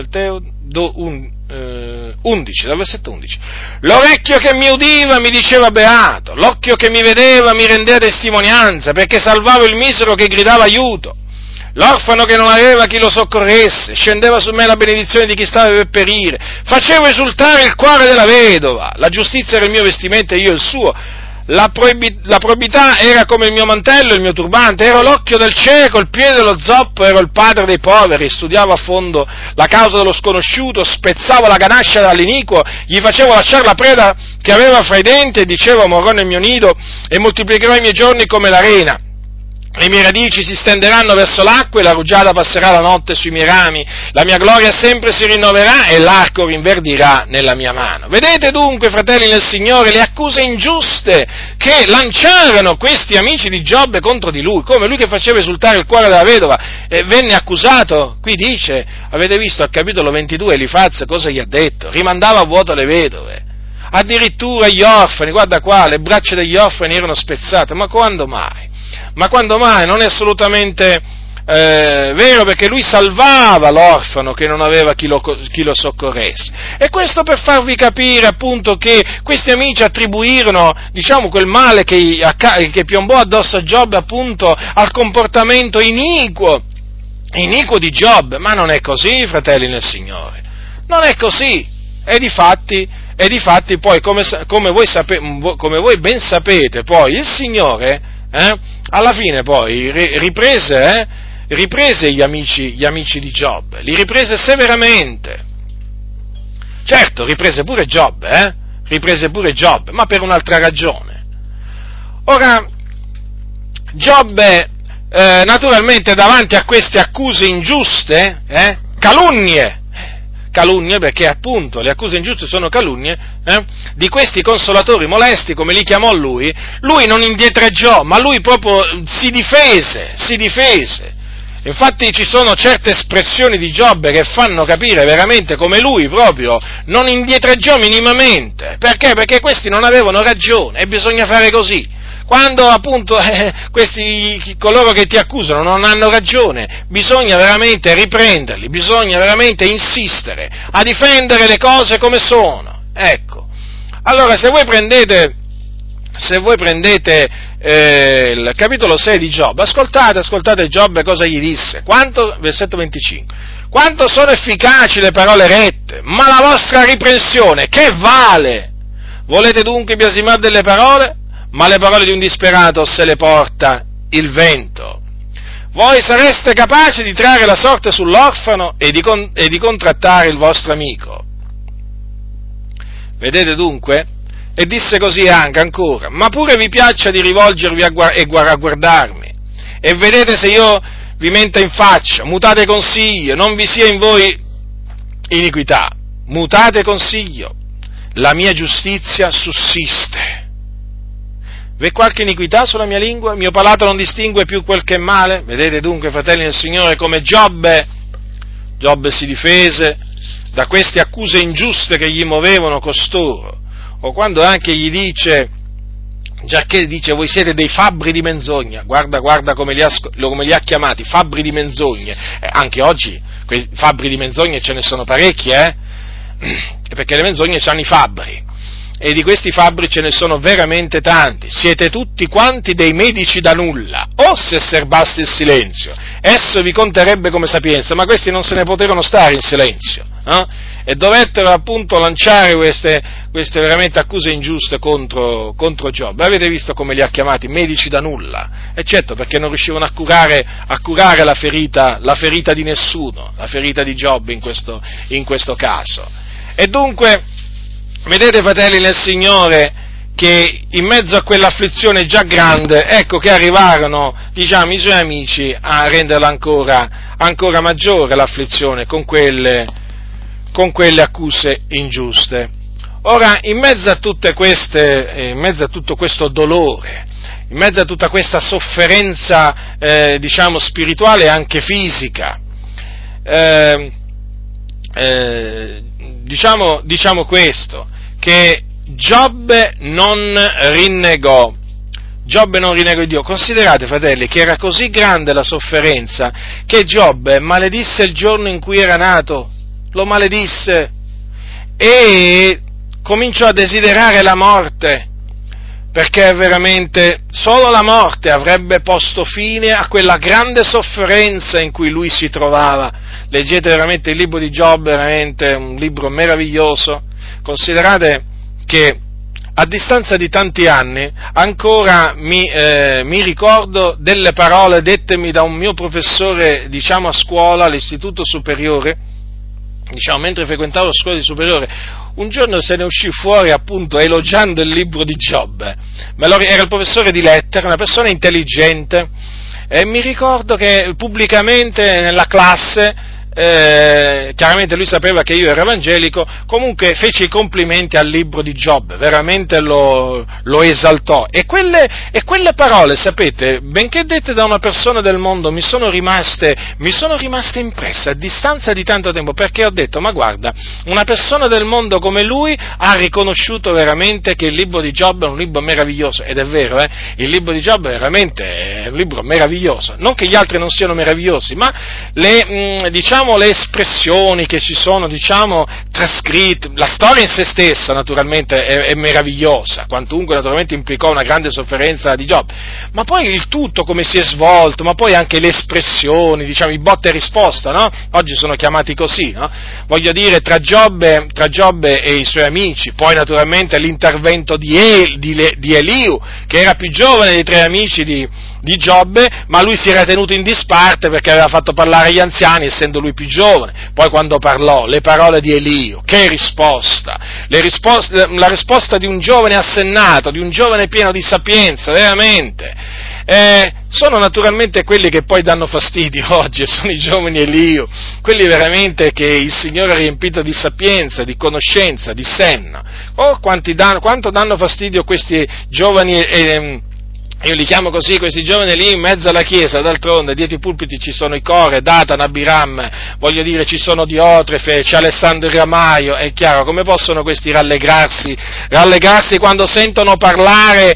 Speaker 1: 11, dal versetto 11, l'orecchio che mi udiva mi diceva beato, l'occhio che mi vedeva mi rendeva testimonianza, perché salvavo il misero che gridava aiuto, l'orfano che non aveva chi lo soccorresse, scendeva su me la benedizione di chi stava per perire, facevo esultare il cuore della vedova, la giustizia era il mio vestimento e io il suo, la probità era come il mio mantello, il mio turbante, ero l'occhio del cieco, il piede dello zoppo, ero il padre dei poveri, studiavo a fondo la causa dello sconosciuto, spezzavo la ganascia dall'iniquo, gli facevo lasciare la preda che aveva fra i denti e dicevo: morrò nel mio nido e moltiplicherò i miei giorni come l'arena. Le mie radici si stenderanno verso l'acqua e la rugiada passerà la notte sui miei rami, la mia gloria sempre si rinnoverà e l'arco rinverdirà nella mia mano. Vedete dunque, fratelli nel Signore, le accuse ingiuste che lanciarono questi amici di Giobbe contro di lui, come lui che faceva esultare il cuore della vedova, venne accusato. Qui dice, avete visto al capitolo 22 Elifaz cosa gli ha detto? Rimandava a vuoto le vedove, addirittura gli orfani, guarda qua, le braccia degli orfani erano spezzate, ma quando mai? Ma quando mai? Non è assolutamente vero, perché lui salvava l'orfano che non aveva chi lo soccorresse. E questo per farvi capire appunto che questi amici attribuirono, diciamo, quel male che piombò addosso a Giobbe appunto al comportamento iniquo di Giobbe. Ma non è così, fratelli nel Signore, non è così. E difatti poi, come voi ben sapete, poi il Signore alla fine poi riprese gli amici di Giobbe, li riprese severamente. Certo, riprese pure Giobbe, ma per un'altra ragione. Ora, Giobbe, naturalmente davanti a queste accuse ingiuste, calunnie, perché appunto le accuse ingiuste sono calunnie, di questi consolatori molesti, come li chiamò lui non indietreggiò, ma lui proprio si difese. Infatti ci sono certe espressioni di Giobbe che fanno capire veramente come lui proprio non indietreggiò minimamente. Perché? Perché questi non avevano ragione e bisogna fare così. Quando appunto coloro che ti accusano non hanno ragione, bisogna veramente riprenderli, bisogna veramente insistere a difendere le cose come sono. Ecco. Allora, se voi prendete il capitolo 6 di Giobbe, ascoltate Giobbe cosa gli disse. Versetto 25. Quanto sono efficaci le parole rette, ma la vostra riprensione che vale? Volete dunque biasimare delle parole? Ma le parole di un disperato se le porta il vento. Voi sareste capaci di trarre la sorte sull'orfano e di contrattare il vostro amico. Vedete dunque? E disse così anche ancora: ma pure vi piaccia di rivolgervi a guardarmi, e vedete se io vi menta in faccia, mutate consiglio, non vi sia in voi iniquità, mutate consiglio, la mia giustizia sussiste. V'è qualche iniquità sulla mia lingua? Il mio palato non distingue più quel che è male? Vedete dunque, fratelli del Signore, come Giobbe si difese da queste accuse ingiuste che gli muovevano costoro. O quando anche gli dice, giacché dice voi siete dei fabbri di menzogna, guarda come li ha chiamati, fabbri di menzogne. Anche oggi quei fabbri di menzogne ce ne sono parecchi, perché le menzogne hanno i fabbri. E di questi fabbri ce ne sono veramente tanti. Siete tutti quanti dei medici da nulla. O se serbaste il silenzio, esso vi conterebbe come sapienza, ma questi non se ne poterono stare in silenzio, e dovettero appunto lanciare queste veramente accuse ingiuste contro Giobbe. Avete visto come li ha chiamati? Medici da nulla. E certo, perché non riuscivano a curare la ferita di nessuno, la ferita di Giobbe in questo caso. E dunque, vedete, fratelli nel Signore, che in mezzo a quell'afflizione già grande, ecco che arrivarono, diciamo, i suoi amici a renderla ancora maggiore l'afflizione con quelle accuse ingiuste. Ora, in mezzo a tutto questo dolore, in mezzo a tutta questa sofferenza, diciamo, spirituale e anche fisica, diciamo questo, che Giobbe non rinnegò Dio. Considerate, fratelli, che era così grande la sofferenza che Giobbe maledisse il giorno in cui era nato, lo maledisse e cominciò a desiderare la morte, perché veramente solo la morte avrebbe posto fine a quella grande sofferenza in cui lui si trovava. Leggete veramente il libro di Giobbe, veramente un libro meraviglioso. Considerate che a distanza di tanti anni, ancora mi ricordo delle parole dettemi da un mio professore, diciamo, a scuola, all'istituto superiore, diciamo, mentre frequentavo la scuola di superiore. Un giorno se ne uscì fuori appunto elogiando il libro di Giobbe. Era il professore di lettere, una persona intelligente, e mi ricordo che pubblicamente nella classe, chiaramente lui sapeva che io ero evangelico, comunque fece i complimenti al libro di Giobbe, veramente lo esaltò, e quelle parole, sapete, benché dette da una persona del mondo, mi sono rimaste impresse a distanza di tanto tempo, perché ho detto, ma guarda, una persona del mondo come lui ha riconosciuto veramente che il libro di Giobbe è un libro meraviglioso, ed è vero, il libro di Giobbe è un libro meraviglioso, non che gli altri non siano meravigliosi, ma le espressioni che ci sono, trascritte, la storia in se stessa naturalmente è meravigliosa, quantunque naturalmente implicò una grande sofferenza di Giobbe, ma poi il tutto come si è svolto, ma poi anche le espressioni, i botta e risposta, no? Oggi sono chiamati così, no? Voglio dire, tra Giobbe e i suoi amici, poi naturalmente l'intervento di Eliu, che era più giovane dei tre amici di Giobbe, ma lui si era tenuto in disparte perché aveva fatto parlare gli anziani, essendo lui più giovane. Poi quando parlò, le parole di Eliu, che risposta! La risposta di un giovane assennato, di un giovane pieno di sapienza, veramente. Sono naturalmente quelli che poi danno fastidio oggi, sono i giovani Eliu, quelli veramente che il Signore ha riempito di sapienza, di conoscenza, di senno. Quanto danno fastidio questi giovani, io li chiamo così, questi giovani lì in mezzo alla chiesa, d'altronde dietro i pulpiti ci sono i Core, Datan, Abiram, voglio dire, ci sono Diotrefe, c'è Alessandro Ramaio, è chiaro, come possono questi rallegrarsi quando sentono parlare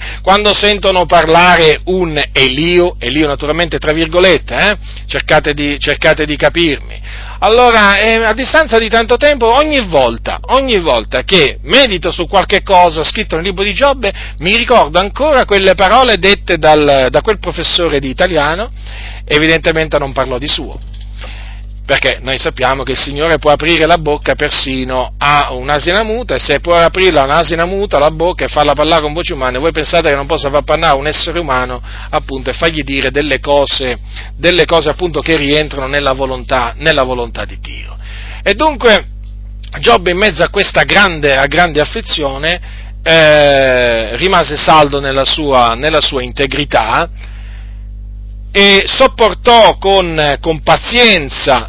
Speaker 1: un Eliu naturalmente tra virgolette, cercate di capirmi. Allora, a distanza di tanto tempo, ogni volta che medito su qualche cosa scritto nel libro di Giobbe, mi ricordo ancora quelle parole dette da quel professore di italiano. Evidentemente non parlò di suo, perché noi sappiamo che il Signore può aprire la bocca persino a un'asina muta, e se può aprirla a un'asina muta la bocca e farla parlare con voce umana, voi pensate che non possa far parlare un essere umano, appunto, e fargli dire delle cose appunto che rientrano nella volontà di Dio. E dunque Giobbe, in mezzo a questa grande afflizione, rimase saldo nella sua integrità, e sopportò con pazienza,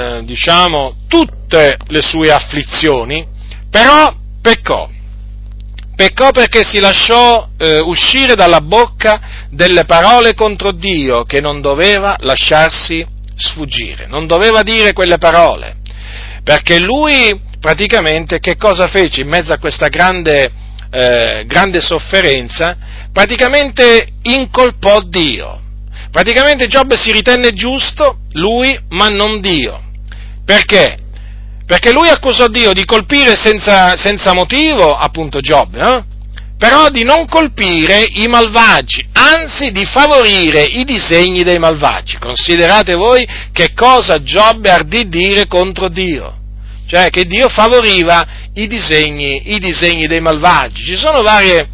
Speaker 1: tutte le sue afflizioni, però peccò perché si lasciò uscire dalla bocca delle parole contro Dio che non doveva lasciarsi sfuggire, non doveva dire quelle parole, perché lui praticamente che cosa fece in mezzo a questa grande sofferenza? Praticamente incolpò Dio. Praticamente Giobbe si ritenne giusto, lui, ma non Dio. Perché? Perché lui accusò Dio di colpire senza motivo, appunto Giobbe, però di non colpire i malvagi, anzi di favorire i disegni dei malvagi. Considerate voi che cosa Giobbe ardì dire contro Dio, cioè che Dio favoriva i disegni dei malvagi. Ci sono vari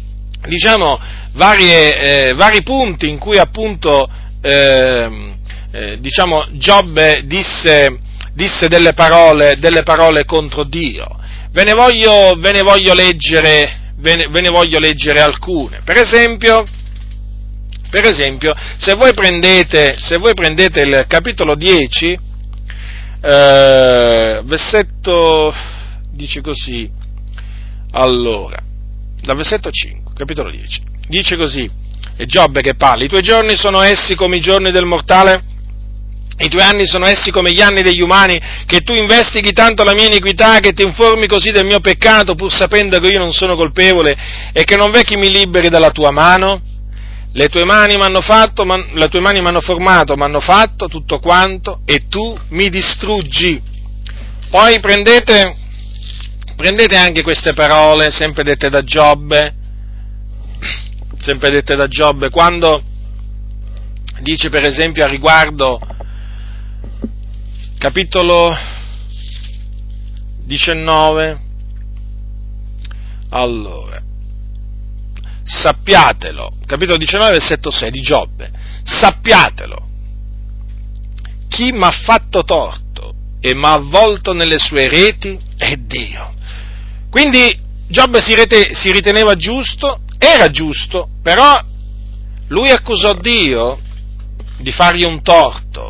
Speaker 1: punti in cui appunto Giobbe disse delle parole contro Dio. Ve ne voglio leggere alcune. Per esempio, se voi prendete il capitolo 10, versetto, dice così, allora, dal versetto 5, capitolo 10, dice così, è Giobbe che parla: i tuoi giorni sono essi come i giorni del mortale? I tuoi anni sono essi come gli anni degli umani, che tu investighi tanto la mia iniquità, che ti informi così del mio peccato, pur sapendo che io non sono colpevole, e che non v'è chi mi liberi dalla tua mano? Le tue mani m'hanno formato, m'hanno fatto tutto quanto, e tu mi distruggi. Poi prendete anche queste parole, sempre dette da Giobbe, quando dice per esempio a riguardo, capitolo 19, allora, sappiatelo, capitolo 19, versetto 6 di Giobbe, sappiatelo, chi m'ha fatto torto e m'ha avvolto nelle sue reti è Dio. Quindi Giobbe si riteneva giusto, era giusto, però lui accusò Dio di fargli un torto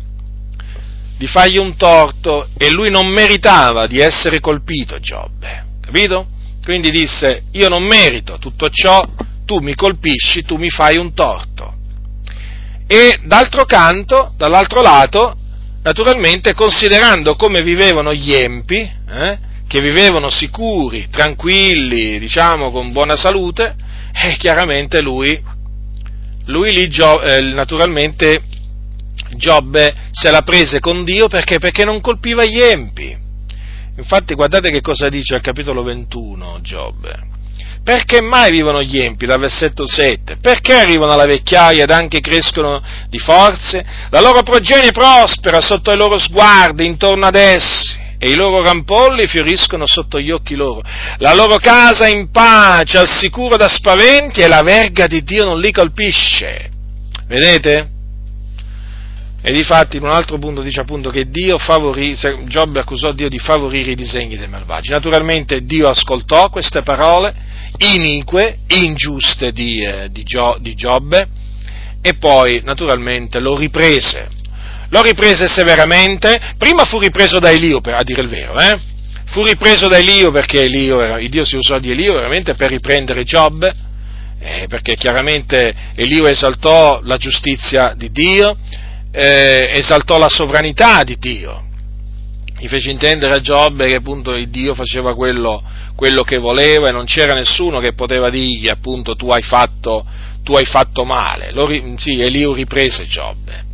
Speaker 1: e lui non meritava di essere colpito, Giobbe, capito? Quindi disse: io non merito tutto ciò, tu mi colpisci, tu mi fai un torto. E d'altro canto, dall'altro lato, naturalmente, considerando come vivevano gli empi, che vivevano sicuri, tranquilli, diciamo, con buona salute, chiaramente lui lì, naturalmente, Giobbe se la prese con Dio perché non colpiva gli empi. Infatti guardate che cosa dice al capitolo 21 Giobbe. Perché mai vivono gli empi? Dal versetto 7. Perché arrivano alla vecchiaia ed anche crescono di forze? La loro progenie prospera sotto i loro sguardi intorno ad essi, e i loro rampolli fioriscono sotto gli occhi loro. La loro casa in pace, al sicuro da spaventi, e la verga di Dio non li colpisce. Vedete? E difatti in un altro punto dice appunto che Giobbe accusò Dio di favorire i disegni dei malvagi. Naturalmente Dio ascoltò queste parole inique, ingiuste di Giobbe, e poi naturalmente lo riprese severamente. Prima fu ripreso da Elio, a dire il vero, fu ripreso da Elio, perché Dio si usò di Elio veramente per riprendere Giobbe, perché chiaramente Elio esaltò la giustizia di Dio, esaltò la sovranità di Dio, gli fece intendere a Giobbe che appunto il Dio faceva quello che voleva, e non c'era nessuno che poteva dirgli appunto tu hai fatto male. Elio riprese Giobbe.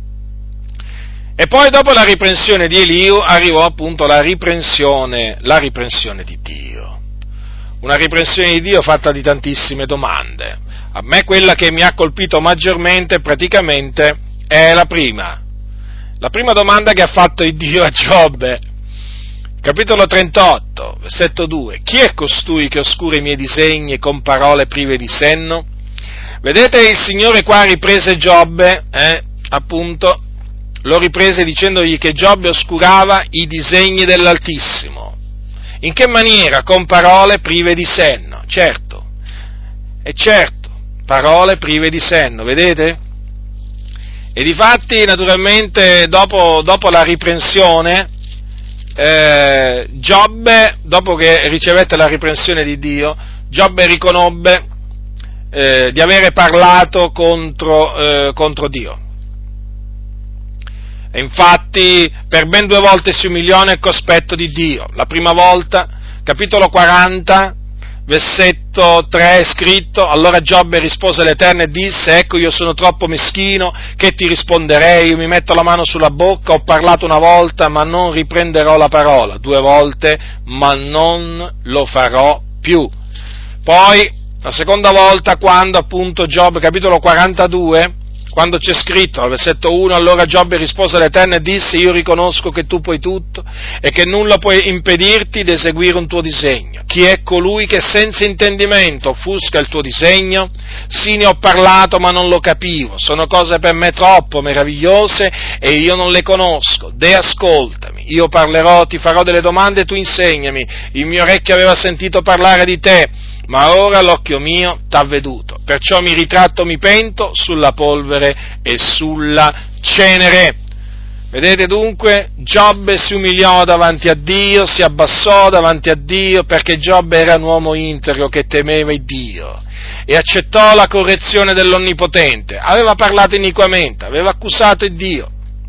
Speaker 1: E poi dopo la riprensione di Elio arrivò appunto la riprensione di Dio. Una riprensione di Dio fatta di tantissime domande. A me quella che mi ha colpito maggiormente praticamente è la prima domanda che ha fatto il Dio a Giobbe. Capitolo 38, versetto 2. Chi è costui che oscura i miei disegni con parole prive di senno? Vedete, il Signore qua riprese Giobbe, appunto, lo riprese dicendogli che Giobbe oscurava i disegni dell'Altissimo. In che maniera? Con parole prive di senno, certo, parole prive di senno, vedete? E difatti, naturalmente, dopo la riprensione, Giobbe, dopo che ricevette la riprensione di Dio, Giobbe riconobbe di avere parlato contro Dio. E infatti per ben 2 volte si umiliò nel cospetto di Dio. La prima volta, capitolo 40, versetto 3 è scritto: allora Giobbe rispose all'Eterno e disse: ecco, io sono troppo meschino, che ti risponderei? Io mi metto la mano sulla bocca, ho parlato una volta, ma non riprenderò la parola, 2 volte, ma non lo farò più. Poi, la seconda volta, quando appunto Giobbe, capitolo 42, quando c'è scritto, al versetto 1, allora Giobbe rispose all'Eterno e disse: io riconosco che tu puoi tutto e che nulla può impedirti di eseguire un tuo disegno. Chi è colui che senza intendimento offusca il tuo disegno? Sì, ne ho parlato ma non lo capivo, sono cose per me troppo meravigliose e io non le conosco. Deh, ascoltami, io parlerò, ti farò delle domande e tu insegnami. Il mio orecchio aveva sentito parlare di te, ma ora l'occhio mio t'ha veduto, perciò mi ritratto, mi pento sulla polvere e sulla cenere. Vedete dunque, Giobbe si umiliò davanti a Dio, si abbassò davanti a Dio, perché Giobbe era un uomo integro che temeva il Dio e accettò la correzione dell'Onnipotente. Aveva parlato iniquamente, aveva accusato il Dio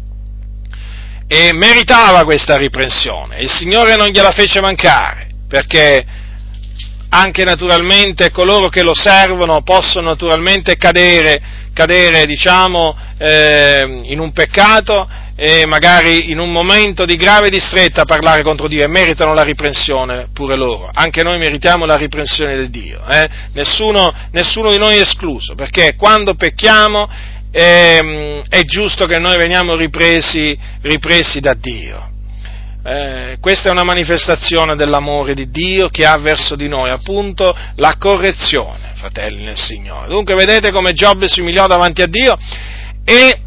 Speaker 1: e meritava questa riprensione. Il Signore non gliela fece mancare, perché anche naturalmente coloro che lo servono possono naturalmente cadere diciamo, in un peccato e magari in un momento di grave distretta parlare contro Dio, e meritano la riprensione pure loro. Anche noi meritiamo la riprensione di Dio, nessuno di noi è escluso, perché quando pecchiamo è giusto che noi veniamo ripresi da Dio. Questa è una manifestazione dell'amore di Dio che ha verso di noi, appunto la correzione. fratelli nel Signore. Dunque vedete come Giobbe si umiliò davanti a Dio e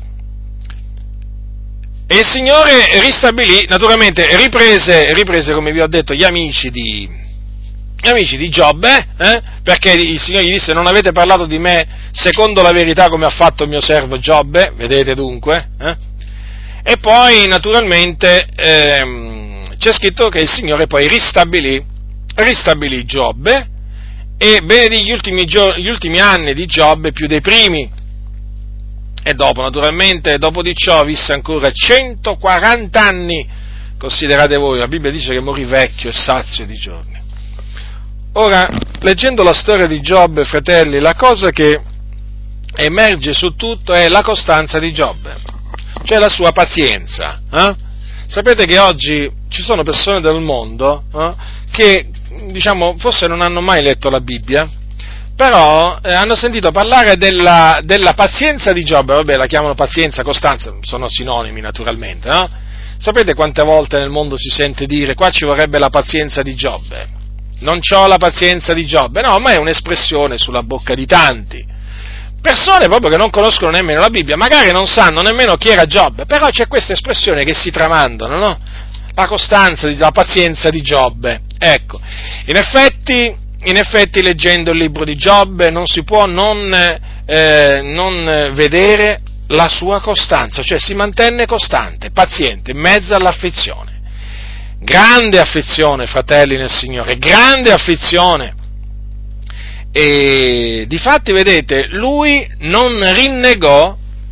Speaker 1: il Signore ristabilì, naturalmente riprese, come vi ho detto, gli amici di Giobbe, perché il Signore gli disse: non avete parlato di me secondo la verità come ha fatto il mio servo Giobbe, vedete dunque, E poi naturalmente c'è scritto che il Signore poi ristabilì Giobbe e benedì gli ultimi anni di Giobbe più dei primi. E dopo di ciò visse ancora 140 anni, considerate voi, la Bibbia dice che morì vecchio e sazio di giorni. Ora, leggendo la storia di Giobbe, fratelli, la cosa che emerge su tutto è la costanza di Giobbe, cioè la sua pazienza. Sapete che oggi ci sono persone del mondo che, forse non hanno mai letto la Bibbia, però hanno sentito parlare della pazienza di Giobbe. Vabbè, la chiamano pazienza, costanza, sono sinonimi naturalmente, no? Sapete quante volte nel mondo si sente dire: qua ci vorrebbe la pazienza di Giobbe, non c'ho la pazienza di Giobbe? No, ma è un'espressione sulla bocca di tanti, persone proprio che non conoscono nemmeno la Bibbia, magari non sanno nemmeno chi era Giobbe, però c'è questa espressione che si tramandano, no? La costanza, la pazienza di Giobbe. Ecco, in effetti leggendo il libro di Giobbe non si può non vedere la sua costanza, cioè si mantenne costante, paziente, in mezzo all'afflizione. Grande afflizione, fratelli nel Signore, grande afflizione. E difatti, vedete, lui non rinnegò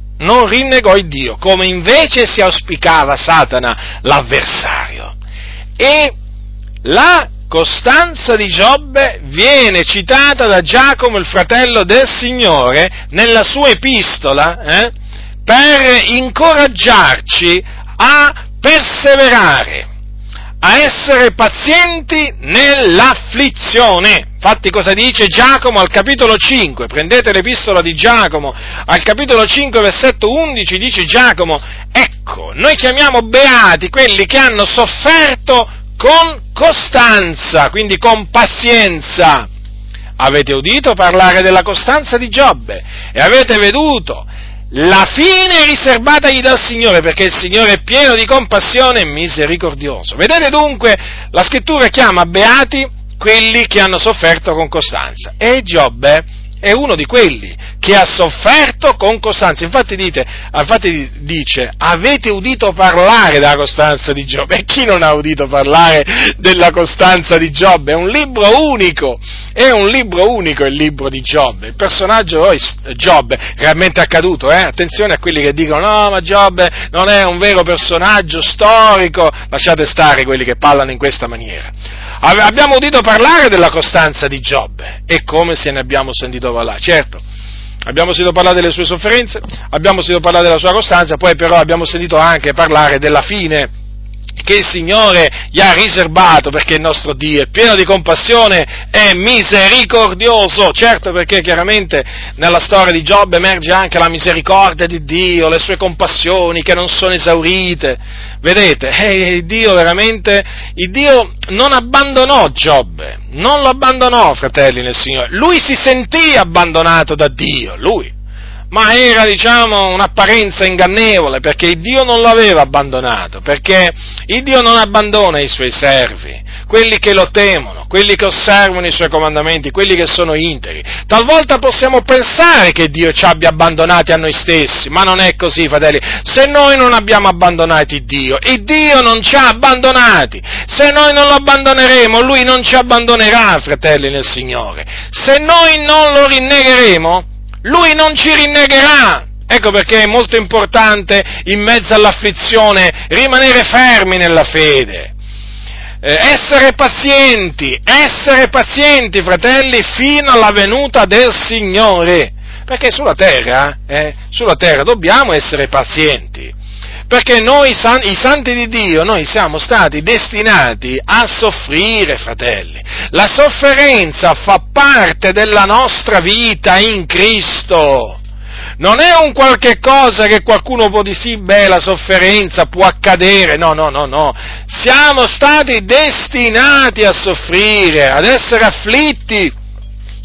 Speaker 1: il Dio, come invece si auspicava Satana, l'avversario. E la costanza di Giobbe viene citata da Giacomo, il fratello del Signore, nella sua epistola, per incoraggiarci a perseverare, a essere pazienti nell'afflizione. Infatti cosa dice Giacomo al capitolo 5? Prendete l'epistola di Giacomo, al capitolo 5, versetto 11, dice Giacomo: ecco, noi chiamiamo beati quelli che hanno sofferto con costanza, quindi con pazienza. Avete udito parlare della costanza di Giobbe e avete veduto la fine riservatagli dal Signore, perché il Signore è pieno di compassione e misericordioso. Vedete dunque, la Scrittura chiama beati quelli che hanno sofferto con costanza, e Giobbe è uno di quelli che ha sofferto con costanza. Infatti dice: avete udito parlare della costanza di Giobbe. E chi non ha udito parlare della costanza di Giobbe? È un libro unico il libro di Giobbe. Il personaggio Giobbe, realmente accaduto, attenzione a quelli che dicono: no, ma Giobbe non è un vero personaggio storico. Lasciate stare quelli che parlano in questa maniera. Abbiamo udito parlare della costanza di Giobbe, e come se ne abbiamo sentito parlare? Certo, abbiamo sentito parlare delle sue sofferenze, abbiamo sentito parlare della sua costanza, poi però abbiamo sentito anche parlare della fine che il Signore gli ha riservato, perché il nostro Dio è pieno di compassione e misericordioso. Certo, perché chiaramente nella storia di Giobbe emerge anche la misericordia di Dio, le sue compassioni che non sono esaurite. Vedete, Dio non abbandonò Giobbe, non lo abbandonò, fratelli nel Signore. Lui si sentì abbandonato da Dio, ma era, un'apparenza ingannevole, perché il Dio non lo aveva abbandonato, perché il Dio non abbandona i suoi servi, quelli che lo temono, quelli che osservano i suoi comandamenti, quelli che sono integri. Talvolta possiamo pensare che Dio ci abbia abbandonati a noi stessi, ma non è così, fratelli. Se noi non abbiamo abbandonato il Dio non ci ha abbandonati. Se noi non lo abbandoneremo, Lui non ci abbandonerà, fratelli nel Signore. Se noi non lo rinnegheremo, Lui non ci rinnegherà. Ecco perché è molto importante, in mezzo all'afflizione, rimanere fermi nella fede, essere pazienti, fratelli, fino alla venuta del Signore, perché sulla terra dobbiamo essere pazienti, perché noi, i santi di Dio, noi siamo stati destinati a soffrire, fratelli. La sofferenza fa parte della nostra vita in Cristo. Non è un qualche cosa che qualcuno può dire: sì, la sofferenza può accadere. No. Siamo stati destinati a soffrire, ad essere afflitti.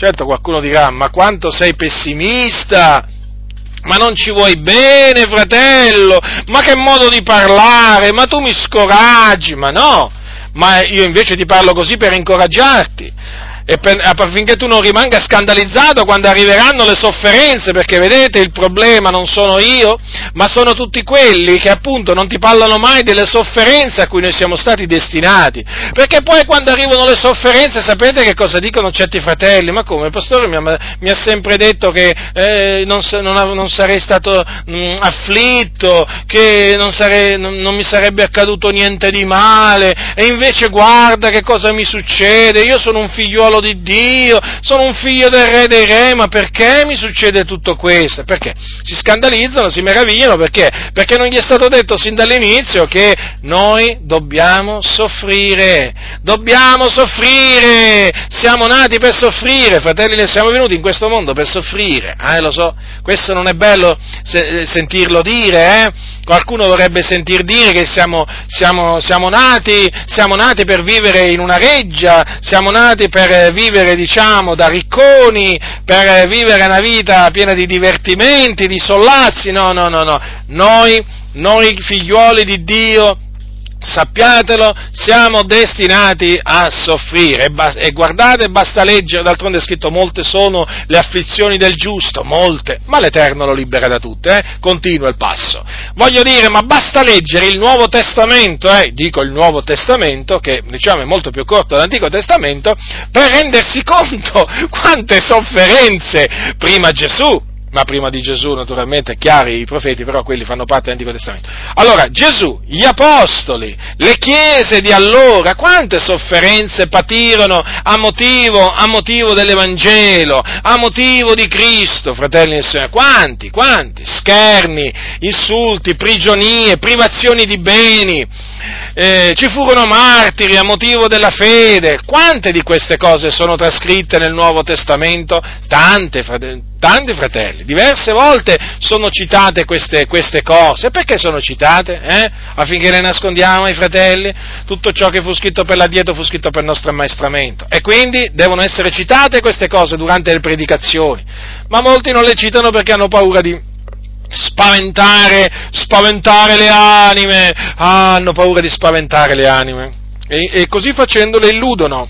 Speaker 1: Certo, qualcuno dirà, ma quanto sei pessimista! Ma non ci vuoi bene, fratello? Ma che modo di parlare? Ma tu mi scoraggi? Ma no! Ma io invece ti parlo così per incoraggiarti, e affinché tu non rimanga scandalizzato quando arriveranno le sofferenze, perché vedete, il problema non sono io, ma sono tutti quelli che appunto non ti parlano mai delle sofferenze a cui noi siamo stati destinati, perché poi quando arrivano le sofferenze sapete che cosa dicono certi fratelli? Ma come, il pastore mi ha sempre detto che non sarei stato afflitto, che non mi sarebbe accaduto niente di male, e invece guarda che cosa mi succede, io sono un figliuolo di Dio, sono un figlio del Re dei Re, ma perché mi succede tutto questo? Perché si scandalizzano, si meravigliano, perché non gli è stato detto sin dall'inizio che noi dobbiamo soffrire, siamo nati per soffrire, fratelli, ne siamo venuti in questo mondo per soffrire, lo so, questo non è bello sentirlo dire, Qualcuno vorrebbe sentir dire che siamo nati per vivere in una reggia, siamo nati per vivere, da ricconi, per vivere una vita piena di divertimenti, di sollazzi. No. Noi figliuoli di Dio, sappiatelo, siamo destinati a soffrire, e guardate, basta leggere, d'altronde è scritto: molte sono le afflizioni del giusto, molte, ma l'Eterno lo libera da tutte, continua il passo. Voglio dire, ma basta leggere il Nuovo Testamento, dico il Nuovo Testamento, che diciamo è molto più corto dell'Antico Testamento, per rendersi conto quante sofferenze prima Gesù. Ma prima di Gesù, naturalmente, è chiaro, i profeti, però quelli fanno parte dell'Antico Testamento. Allora, Gesù, gli apostoli, le chiese di allora, quante sofferenze patirono a motivo dell'Evangelo, a motivo di Cristo, fratelli e sorelle, quanti, scherni, insulti, prigionie, privazioni di beni, ci furono martiri a motivo della fede. Quante di queste cose sono trascritte nel Nuovo Testamento? Tanti fratelli, diverse volte sono citate queste cose. Perché sono citate? Affinché le nascondiamo ai fratelli? Tutto ciò che fu scritto per l'addietro fu scritto per il nostro ammaestramento, e quindi devono essere citate queste cose durante le predicazioni, ma molti non le citano perché hanno paura di spaventare le anime, hanno paura di spaventare le anime, e così facendo le illudono,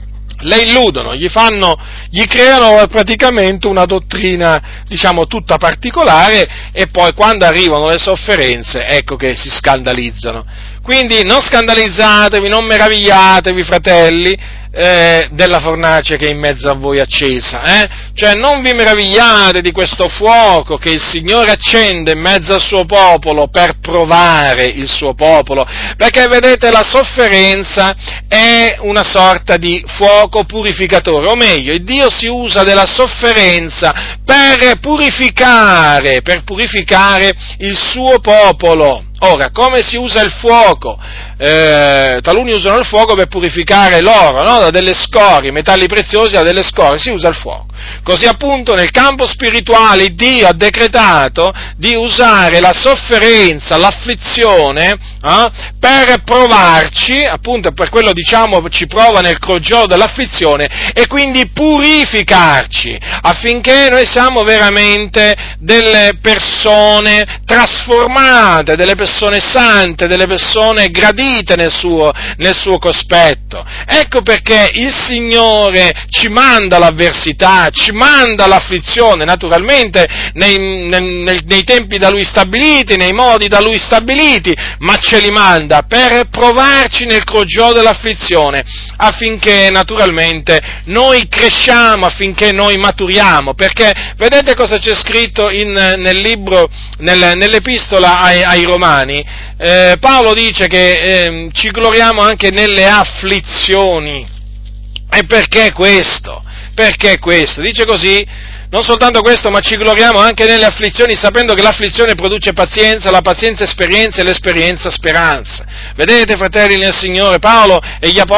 Speaker 1: gli creano praticamente una dottrina, tutta particolare, e poi quando arrivano le sofferenze, ecco che si scandalizzano. Quindi non scandalizzatevi, non meravigliatevi, fratelli, della fornace che è in mezzo a voi accesa, Cioè non vi meravigliate di questo fuoco che il Signore accende in mezzo al suo popolo per provare il suo popolo, perché vedete, la sofferenza è una sorta di fuoco purificatore, o meglio, il Dio si usa della sofferenza per purificare il suo popolo. Ora, come si usa il fuoco? Taluni usano il fuoco per purificare l'oro, no? Da delle scorie, metalli preziosi da delle scorie, si usa il fuoco. Così appunto nel campo spirituale Dio ha decretato di usare la sofferenza, l'afflizione, per provarci, appunto per quello ci prova nel crogiolo dell'afflizione, e quindi purificarci, affinché noi siamo veramente delle persone trasformate, delle persone sante, delle persone gradite nel suo cospetto. Ecco perché il Signore ci manda l'avversità, ci manda l'afflizione, naturalmente nei tempi da Lui stabiliti, nei modi da Lui stabiliti, ma ce li manda per provarci nel crogiolo dell'afflizione, affinché naturalmente noi cresciamo, affinché noi maturiamo, perché vedete cosa c'è scritto nell'epistola ai Romani? Paolo dice che ci gloriamo anche nelle afflizioni. E perché questo? Perché questo? Dice così: Non soltanto questo, ma ci gloriamo anche nelle afflizioni, sapendo che l'afflizione produce pazienza, la pazienza esperienza e l'esperienza speranza. Vedete, fratelli nel Signore, Paolo e gli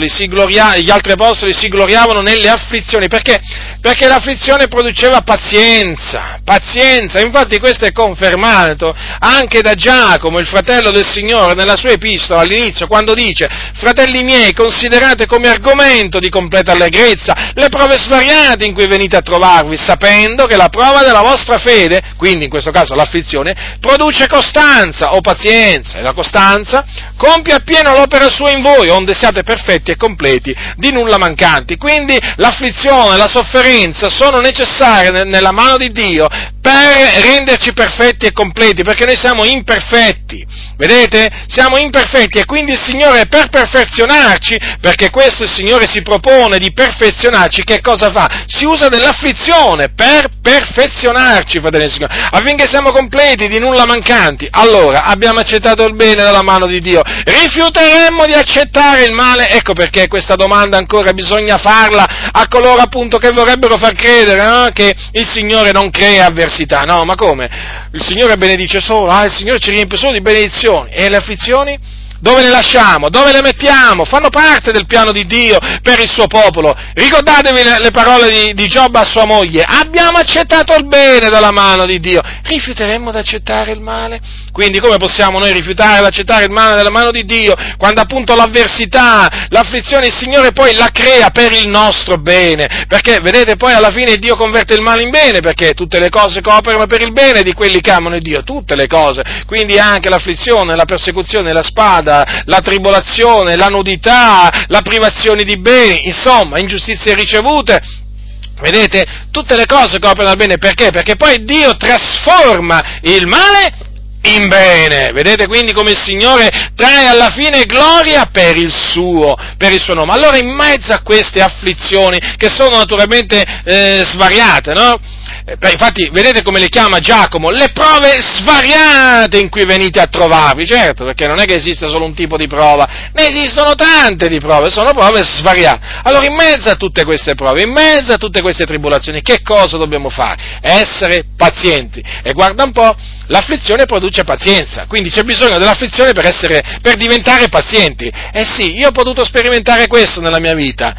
Speaker 1: altri apostoli si gloriavano nelle afflizioni, perché? Perché l'afflizione produceva pazienza, infatti questo è confermato anche da Giacomo, il fratello del Signore, nella sua epistola all'inizio, quando dice: fratelli miei, considerate come argomento di completa allegrezza le prove svariate in cui venite a trovarvi, sapendo che la prova della vostra fede, quindi in questo caso l'afflizione, produce costanza o pazienza, e la costanza compie appieno l'opera sua in voi, onde siate perfetti e completi, di nulla mancanti. Quindi l'afflizione, la sofferenza sono necessarie nella mano di Dio per renderci perfetti e completi, perché noi siamo imperfetti, vedete? Siamo imperfetti, e quindi il Signore, per perfezionarci, perché questo il Signore si propone di perfezionarci, che cosa fa? Si usa dell'afflizione per perfezionarci, fratelli del Signore, affinché siamo completi, di nulla mancanti. Allora, abbiamo accettato il bene dalla mano di Dio, rifiuteremmo di accettare il male? Ecco perché questa domanda ancora bisogna farla a coloro appunto che vorrebbero far credere, no? Che il Signore non crea avversità. No, ma come? Il Signore benedice solo, il Signore ci riempie solo di benedizioni, e le afflizioni? Dove le lasciamo? Dove le mettiamo? Fanno parte del piano di Dio per il suo popolo. Ricordatevi le parole di Giobbe a sua moglie: abbiamo accettato il bene dalla mano di Dio, rifiuteremmo di accettare il male? Quindi come possiamo noi rifiutare di accettare il male dalla mano di Dio, quando appunto l'avversità, l'afflizione, il Signore poi la crea per il nostro bene? Perché, vedete, poi alla fine Dio converte il male in bene, perché tutte le cose cooperano per il bene di quelli che amano Dio, tutte le cose, quindi anche l'afflizione, la persecuzione, la spada, la tribolazione, la nudità, la privazione di beni, insomma, ingiustizie ricevute. Vedete, tutte le cose cooperano al bene, perché? Perché poi Dio trasforma il male in bene. Vedete quindi come il Signore trae alla fine gloria per il suo nome. Allora, in mezzo a queste afflizioni, che sono naturalmente svariate, no? Infatti, vedete come le chiama Giacomo? Le prove svariate in cui venite a trovarvi, certo, perché non è che esiste solo un tipo di prova, ne esistono tante di prove, sono prove svariate. Allora, in mezzo a tutte queste prove, in mezzo a tutte queste tribolazioni, che cosa dobbiamo fare? Essere pazienti. E guarda un po', l'afflizione produce pazienza, quindi c'è bisogno dell'afflizione per diventare pazienti. Sì, io ho potuto sperimentare questo nella mia vita.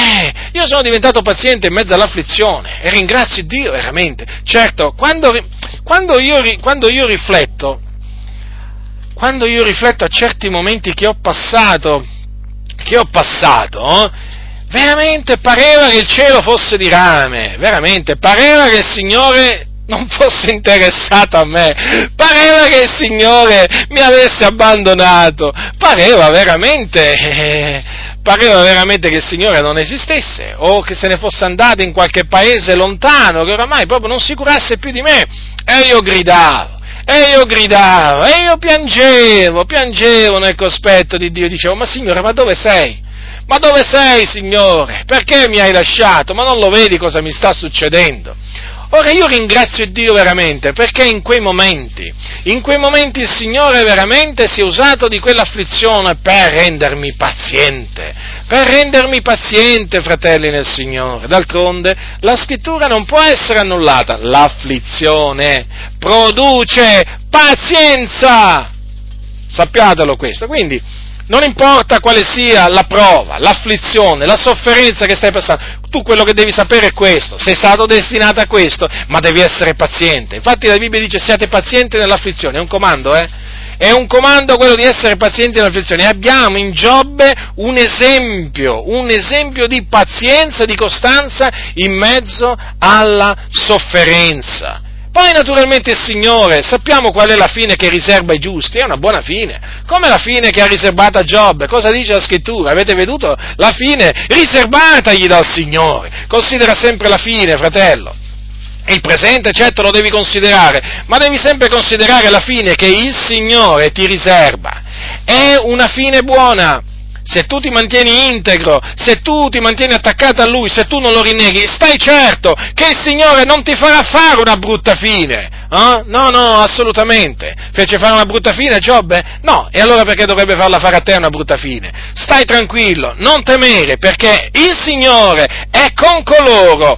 Speaker 1: Io sono diventato paziente in mezzo all'afflizione, e ringrazio Dio veramente. Certo, quando io rifletto a certi momenti che ho passato, veramente pareva che il cielo fosse di rame, veramente, pareva che il Signore non fosse interessato a me, pareva che il Signore mi avesse abbandonato, pareva veramente che il Signore non esistesse, o che se ne fosse andato in qualche paese lontano, che oramai proprio non si curasse più di me. E io gridavo, e io piangevo nel cospetto di Dio, dicevo: ma Signore, ma dove sei? Ma dove sei, Signore? Perché mi hai lasciato? Ma non lo vedi cosa mi sta succedendo? Ora, io ringrazio Dio veramente, perché in quei momenti il Signore veramente si è usato di quell'afflizione per rendermi paziente, fratelli nel Signore. D'altronde, la Scrittura non può essere annullata: l'afflizione produce pazienza, sappiatelo questo. Quindi, non importa quale sia la prova, l'afflizione, la sofferenza che stai passando, tu quello che devi sapere è questo: sei stato destinato a questo, ma devi essere paziente. Infatti la Bibbia dice: siate pazienti nell'afflizione, è un comando, È un comando quello di essere pazienti nell'afflizione. E abbiamo in Giobbe un esempio di pazienza, di costanza in mezzo alla sofferenza. Poi naturalmente il Signore, sappiamo qual è la fine che riserva ai giusti, è una buona fine, come la fine che ha riservata a Giobbe. Cosa dice la Scrittura? Avete veduto la fine riservatagli dal Signore? Considera sempre la fine, fratello. Il presente, certo, lo devi considerare, ma devi sempre considerare la fine che il Signore ti riserva. È una fine buona. Se tu ti mantieni integro, se tu ti mantieni attaccato a Lui, se tu non lo rinneghi, stai certo che il Signore non ti farà fare una brutta fine. No, assolutamente. Fece fare una brutta fine a Giobbe? No, e allora perché dovrebbe farla fare a te una brutta fine? Stai tranquillo, non temere, perché il Signore è con coloro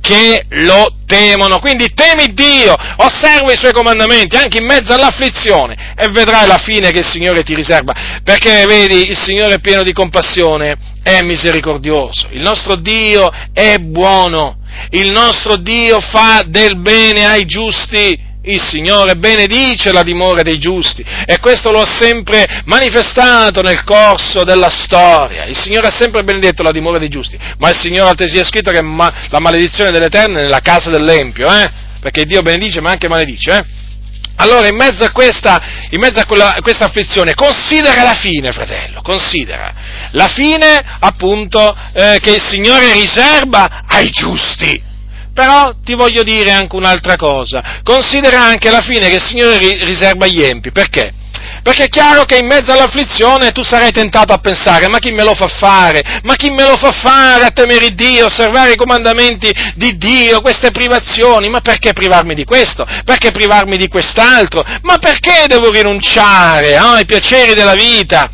Speaker 1: che lo temono. Quindi temi Dio, osserva i Suoi comandamenti anche in mezzo all'afflizione e vedrai la fine che il Signore ti riserva, perché vedi, il Signore è pieno di compassione, è misericordioso, il nostro Dio è buono, il nostro Dio fa del bene ai giusti. Il Signore benedice la dimora dei giusti e questo lo ha sempre manifestato nel corso della storia. Il Signore ha sempre benedetto la dimora dei giusti, ma il Signore altresì ha scritto che la maledizione dell'Eterno è nella casa dell'empio, perché Dio benedice ma anche maledice. Allora, in mezzo a questa afflizione, considera la fine, fratello, considera la fine, appunto, che il Signore riserva ai giusti. Però ti voglio dire anche un'altra cosa, considera anche la fine che il Signore riserva agli empi, perché? Perché è chiaro che in mezzo all'afflizione tu sarai tentato a pensare, ma chi me lo fa fare? Ma chi me lo fa fare a temere Dio, osservare i comandamenti di Dio, queste privazioni? Ma perché privarmi di questo? Perché privarmi di quest'altro? Ma perché devo rinunciare ai piaceri della vita?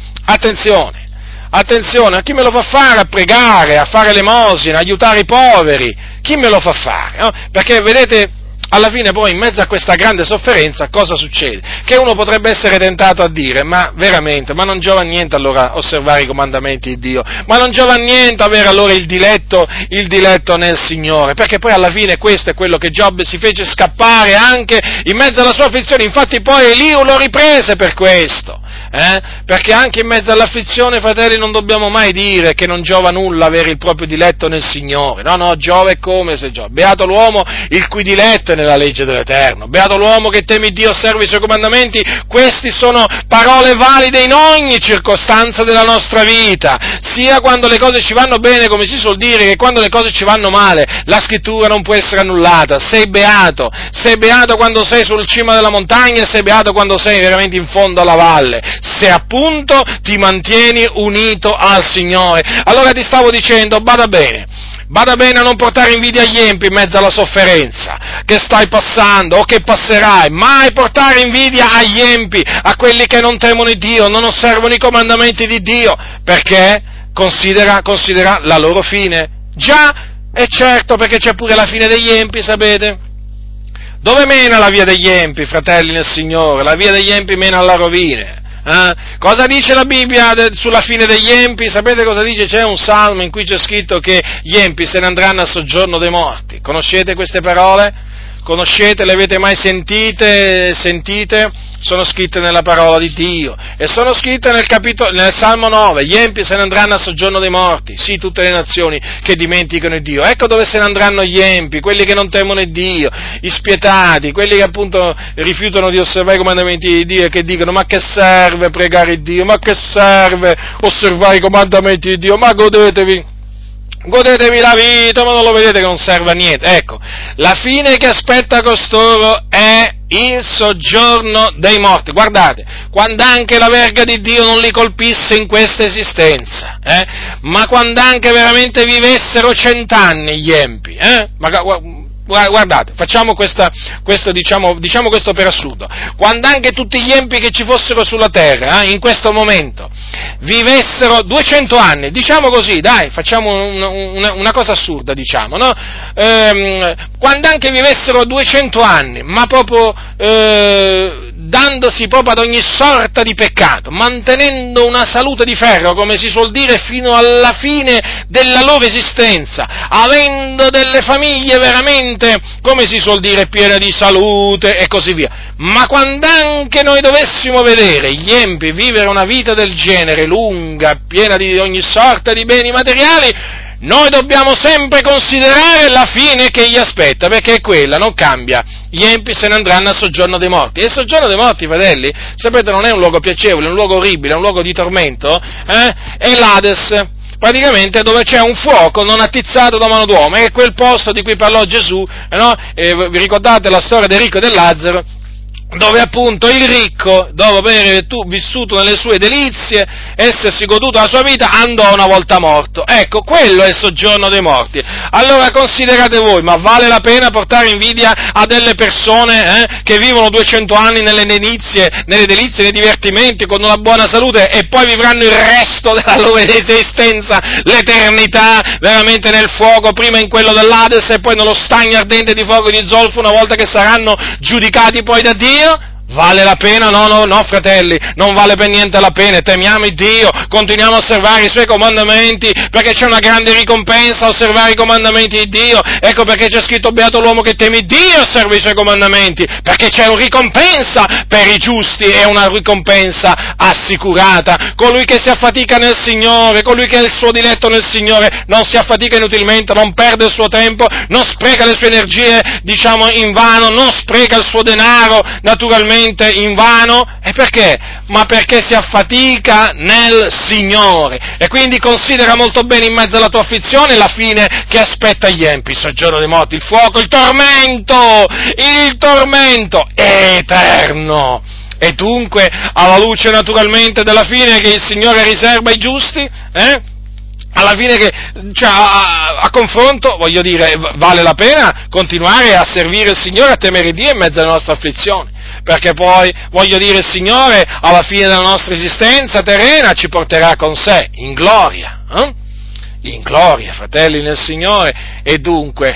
Speaker 1: Attenzione, a chi me lo fa fare? A pregare, a fare l'emosina, aiutare i poveri. Chi me lo fa fare? No? Perché vedete, alla fine poi in mezzo a questa grande sofferenza cosa succede? Che uno potrebbe essere tentato a dire, ma veramente, ma non giova niente allora osservare i comandamenti di Dio, ma non giova niente avere allora il diletto nel Signore, perché poi alla fine questo è quello che Giobbe si fece scappare anche in mezzo alla sua afflizione, infatti poi Eliu lo riprese per questo. Perché anche in mezzo all'afflizione, fratelli, non dobbiamo mai dire che non giova nulla avere il proprio diletto nel Signore, no, giova e come se giova. Beato l'uomo il cui diletto è nella legge dell'Eterno, beato l'uomo che teme Dio, osserva i Suoi comandamenti. Questi sono parole valide in ogni circostanza della nostra vita, sia quando le cose ci vanno bene, come si suol dire, che quando le cose ci vanno male. La scrittura non può essere annullata. Sei beato quando sei sul cima della montagna e sei beato quando sei veramente in fondo alla valle, se appunto ti mantieni unito al Signore. Allora ti stavo dicendo, bada bene a non portare invidia agli empi in mezzo alla sofferenza che stai passando o che passerai, mai portare invidia agli empi, a quelli che non temono Dio, non osservano i comandamenti di Dio, perché considera la loro fine. Già, è certo, perché c'è pure la fine degli empi, sapete? Dove mena la via degli empi, fratelli nel Signore? La via degli empi mena alla rovina. Cosa dice la Bibbia sulla fine degli empi? Sapete cosa dice? C'è un salmo in cui c'è scritto che gli empi se ne andranno al soggiorno dei morti. Conoscete queste parole? Conoscete? Le avete mai sentite? Sono scritte nella parola di Dio e sono scritte nel Salmo 9. Gli empi se ne andranno al soggiorno dei morti, sì, tutte le nazioni che dimenticano il Dio. Ecco dove se ne andranno gli empi, quelli che non temono il Dio, i spietati, quelli che appunto rifiutano di osservare i comandamenti di Dio e che dicono: ma che serve pregare il Dio, ma che serve osservare i comandamenti di Dio, ma godetevi la vita, ma non lo vedete che non serve a niente? Ecco, la fine che aspetta costoro è il soggiorno dei morti. Guardate, quando anche la verga di Dio non li colpisse in questa esistenza, ma quando anche veramente vivessero 100 anni gli empi, guardate, facciamo questo questo per assurdo, quando anche tutti gli empi che ci fossero sulla terra, in questo momento, vivessero 200 anni, diciamo così, dai, facciamo una cosa assurda, diciamo, no? Quando anche vivessero 200 anni, ma proprio dandosi proprio ad ogni sorta di peccato, mantenendo una salute di ferro, come si suol dire, fino alla fine della loro esistenza, avendo delle famiglie veramente, come si suol dire, piene di salute e così via. Ma quando anche noi dovessimo vedere gli empi vivere una vita del genere, lunga, piena di ogni sorta di beni materiali, noi dobbiamo sempre considerare la fine che gli aspetta, perché è quella, non cambia. Gli empi se ne andranno al soggiorno dei morti. E il soggiorno dei morti, fratelli, sapete, non è un luogo piacevole, è un luogo orribile, è un luogo di tormento, è l'Ades, praticamente dove c'è un fuoco non attizzato da mano d'uomo, è quel posto di cui parlò Gesù, no? Vi ricordate la storia del ricco e del Lazzaro? dove appunto il ricco, dopo aver vissuto nelle sue delizie, essersi goduto la sua vita, andò una volta morto. Ecco, quello è il soggiorno dei morti. Allora considerate voi, ma vale la pena portare invidia a delle persone che vivono 200 anni nelle delizie, nei divertimenti, con una buona salute, e poi vivranno il resto della loro esistenza, l'eternità, veramente nel fuoco, prima in quello dell'Ades e poi nello stagno ardente di fuoco di zolfo, una volta che saranno giudicati poi da Dio? Vale la pena? No, fratelli, non vale per niente la pena. Temiamo il Dio, continuiamo a osservare i Suoi comandamenti, perché c'è una grande ricompensa a osservare i comandamenti di Dio. Ecco perché c'è scritto: beato l'uomo che teme Dio e osserva i Suoi comandamenti, perché c'è una ricompensa per i giusti, e una ricompensa assicurata. Colui che si affatica nel Signore, colui che ha il suo diletto nel Signore, non si affatica inutilmente, non perde il suo tempo, non spreca le sue energie, in vano, non spreca il suo denaro, naturalmente, in vano. E perché? Ma perché si affatica nel Signore. E quindi considera molto bene, in mezzo alla tua afflizione, la fine che aspetta gli empi: il soggiorno dei morti, il fuoco, il tormento eterno. E dunque, alla luce naturalmente della fine che il Signore riserva ai giusti, alla fine a confronto, voglio dire, vale la pena continuare a servire il Signore, a temere Dio in mezzo alle nostre afflizioni, perché poi, voglio dire, il Signore alla fine della nostra esistenza terrena ci porterà con sé in gloria, fratelli nel Signore, e dunque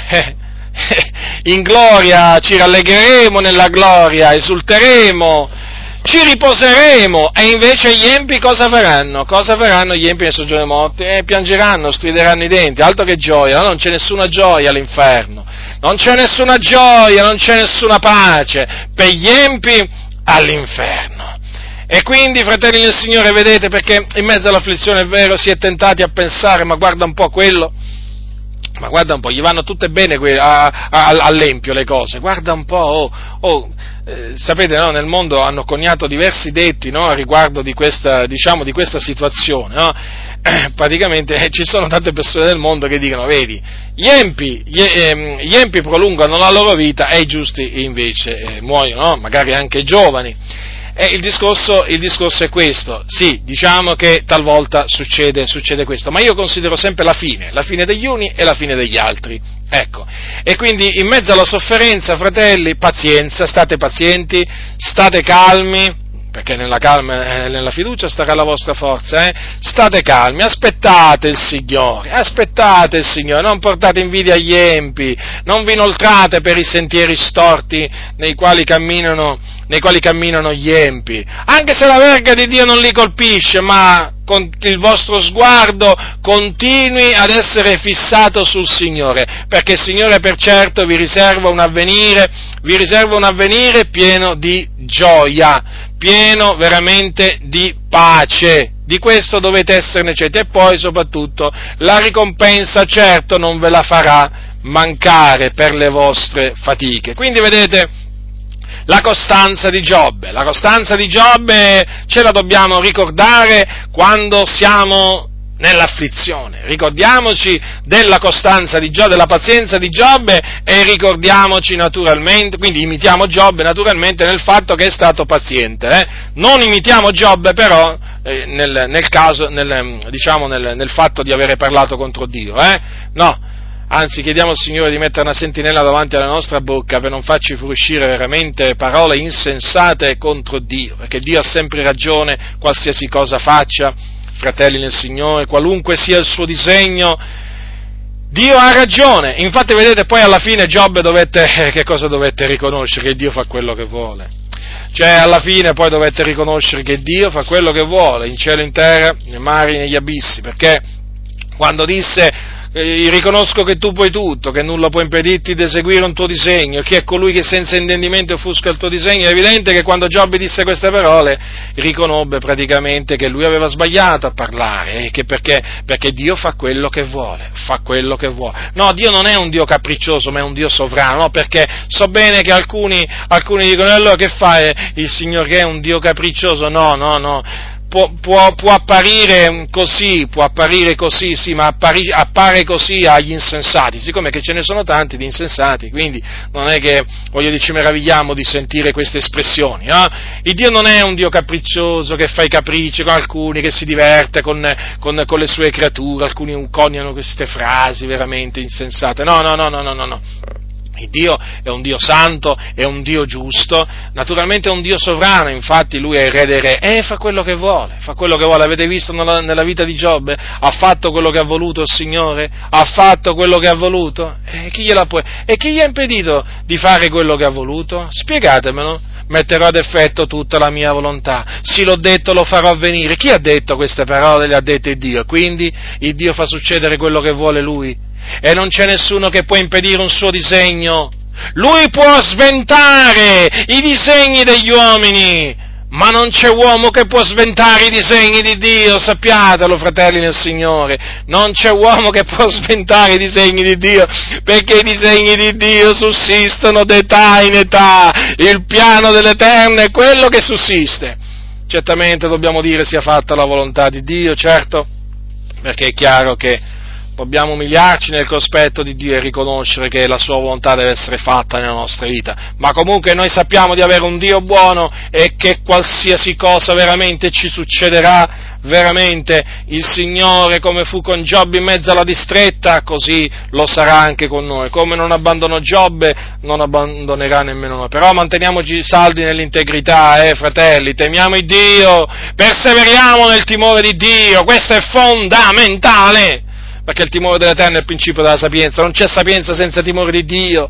Speaker 1: in gloria ci rallegreremo, nella gloria esulteremo, ci riposeremo. E invece gli empi cosa faranno? Cosa faranno gli empi nel soggiorno dei morti? Piangeranno, strideranno i denti, altro che gioia, no? Non c'è nessuna gioia all'inferno, non c'è nessuna gioia, non c'è nessuna pace per gli empi all'inferno. E quindi, fratelli del Signore, vedete, perché in mezzo all'afflizione, è vero, si è tentati a pensare: ma guarda un po' quello, ma guarda un po', gli vanno tutte bene all'empio le cose, guarda un po', sapete, no, nel mondo hanno coniato diversi detti, no, a riguardo di questa situazione, no? Praticamente ci sono tante persone del mondo che dicono: vedi, gli empi prolungano la loro vita e i giusti invece muoiono, no? Magari anche giovani. E il discorso è questo: sì, diciamo che talvolta succede questo, ma io considero sempre la fine degli uni e la fine degli altri, ecco. E quindi, in mezzo alla sofferenza, fratelli, pazienza, state pazienti, state calmi, perché nella calma e nella fiducia starà la vostra forza, State calmi, aspettate il Signore, non portate invidia agli empi, non vi inoltrate per i sentieri storti nei quali camminano gli empi, anche se la verga di Dio non li colpisce, ma con il vostro sguardo continui ad essere fissato sul Signore, perché il Signore per certo vi riserva un avvenire pieno di gioia, pieno veramente di pace. Di questo dovete esserne certi, e poi soprattutto la ricompensa certo non ve la farà mancare per le vostre fatiche. Quindi vedete, la costanza di Giobbe ce la dobbiamo ricordare quando siamo nell'afflizione. Ricordiamoci della costanza di Giobbe, della pazienza di Giobbe, e ricordiamoci naturalmente, quindi imitiamo Giobbe naturalmente nel fatto che è stato paziente. Non imitiamo Giobbe però nel fatto di avere parlato contro Dio, no. Anzi, chiediamo al Signore di mettere una sentinella davanti alla nostra bocca per non farci fuoriuscire veramente parole insensate contro Dio, perché Dio ha sempre ragione, qualsiasi cosa faccia, fratelli nel Signore, qualunque sia il suo disegno, Dio ha ragione. Infatti, vedete, poi alla fine Giobbe che cosa dovette riconoscere? Che Dio fa quello che vuole. Cioè, alla fine poi dovette riconoscere che Dio fa quello che vuole, in cielo e in terra, nei mari e negli abissi, perché quando disse: riconosco che tu puoi tutto, che nulla può impedirti di eseguire un tuo disegno, chi è colui che senza intendimento offusca il tuo disegno, è evidente che quando Giobbe disse queste parole riconobbe praticamente che lui aveva sbagliato a parlare, perché Dio fa quello che vuole. No, Dio non è un Dio capriccioso, ma è un Dio sovrano, no? Perché so bene che alcuni dicono: allora che fa il Signore, che è un Dio capriccioso? No, può apparire così, sì, ma appare così agli insensati, siccome che ce ne sono tanti di insensati, quindi non è che, ci meravigliamo di sentire queste espressioni, no? Il Dio non è un Dio capriccioso che fa i capricci con alcuni, che si diverte con le sue creature, alcuni coniano queste frasi veramente insensate, no. Il Dio è un Dio santo, è un Dio giusto, naturalmente è un Dio sovrano, infatti Lui è il Re dei Re, e fa quello che vuole, avete visto nella vita di Giobbe? Ha fatto quello che ha voluto il Signore? Ha fatto quello che ha voluto? E chi gli ha impedito di fare quello che ha voluto? Spiegatemelo. Metterò ad effetto tutta la mia volontà, sì, l'ho detto, lo farò avvenire. Chi ha detto queste parole? Le ha dette Dio, quindi il Dio fa succedere quello che vuole Lui. E non c'è nessuno che può impedire un suo disegno. Lui può sventare i disegni degli uomini, ma non c'è uomo che può sventare i disegni di Dio, sappiatelo, fratelli nel Signore, non c'è uomo che può sventare i disegni di Dio, perché i disegni di Dio sussistono d'età in età, il piano dell'Eterno è quello che sussiste. Certamente dobbiamo dire sia fatta la volontà di Dio, certo, perché è chiaro che dobbiamo umiliarci nel cospetto di Dio e riconoscere che la sua volontà deve essere fatta nella nostra vita, ma comunque noi sappiamo di avere un Dio buono e che qualsiasi cosa veramente ci succederà, veramente il Signore, come fu con Giobbe in mezzo alla distretta, così lo sarà anche con noi. Come non abbandonò Giobbe, non abbandonerà nemmeno noi. Però manteniamoci saldi nell'integrità, fratelli, temiamo il Dio, perseveriamo nel timore di Dio, questo è fondamentale. Perché il timore dell'Eterno è il principio della sapienza, non c'è sapienza senza timore di Dio.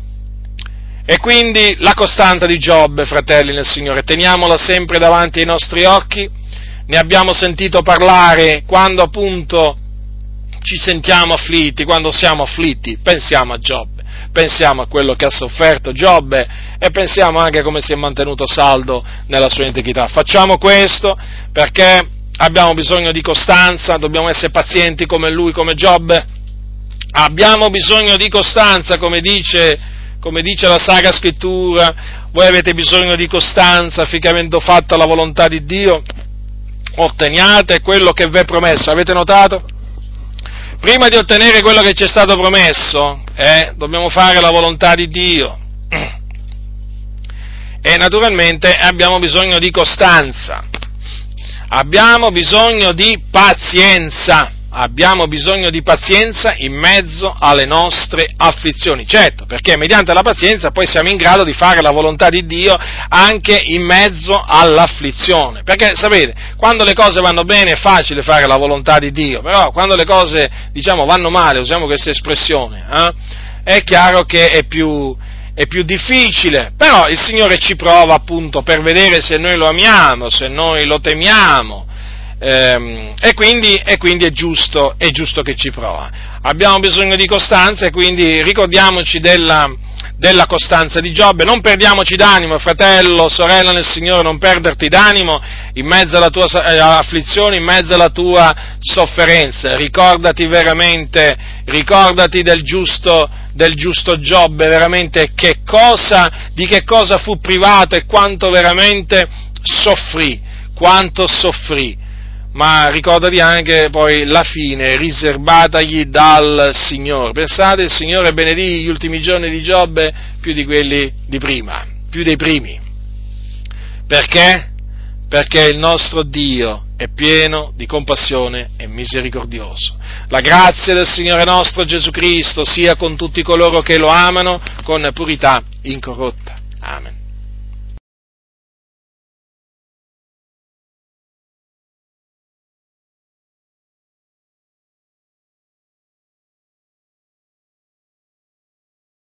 Speaker 1: E quindi la costanza di Giobbe, fratelli nel Signore, teniamola sempre davanti ai nostri occhi. Ne abbiamo sentito parlare quando appunto ci sentiamo afflitti, quando siamo afflitti, pensiamo a Giobbe, pensiamo a quello che ha sofferto Giobbe e pensiamo anche a come si è mantenuto saldo nella sua integrità. Facciamo questo perché abbiamo bisogno di costanza, dobbiamo essere pazienti come lui, come Giobbe, abbiamo bisogno di costanza, come dice la Sacra Scrittura. Voi avete bisogno di costanza affinché, avendo fatta la volontà di Dio, otteniate quello che vi è promesso. Avete notato? Prima di ottenere quello che ci è stato promesso, dobbiamo fare la volontà di Dio. E naturalmente abbiamo bisogno di costanza. Abbiamo bisogno di pazienza in mezzo alle nostre afflizioni, certo, perché mediante la pazienza poi siamo in grado di fare la volontà di Dio anche in mezzo all'afflizione, perché sapete, quando le cose vanno bene è facile fare la volontà di Dio, però quando le cose, vanno male, usiamo questa espressione, è chiaro che è più difficile, però il Signore ci prova appunto per vedere se noi lo amiamo, se noi lo temiamo, e quindi è giusto che ci prova. Abbiamo bisogno di costanza e quindi ricordiamoci della costanza di Giobbe, non perdiamoci d'animo, fratello, sorella nel Signore, non perderti d'animo in mezzo alla tua afflizione, in mezzo alla tua sofferenza, ricordati del giusto Giobbe, veramente di che cosa fu privato e quanto veramente soffrì, ma ricordati anche poi la fine riservatagli dal Signore. Pensate, il Signore benedì gli ultimi giorni di Giobbe più di quelli di prima, più dei primi. Perché? Perché il nostro Dio è pieno di compassione e misericordioso. La grazia del Signore nostro Gesù Cristo sia con tutti coloro che lo amano con purità incorrotta. Amen.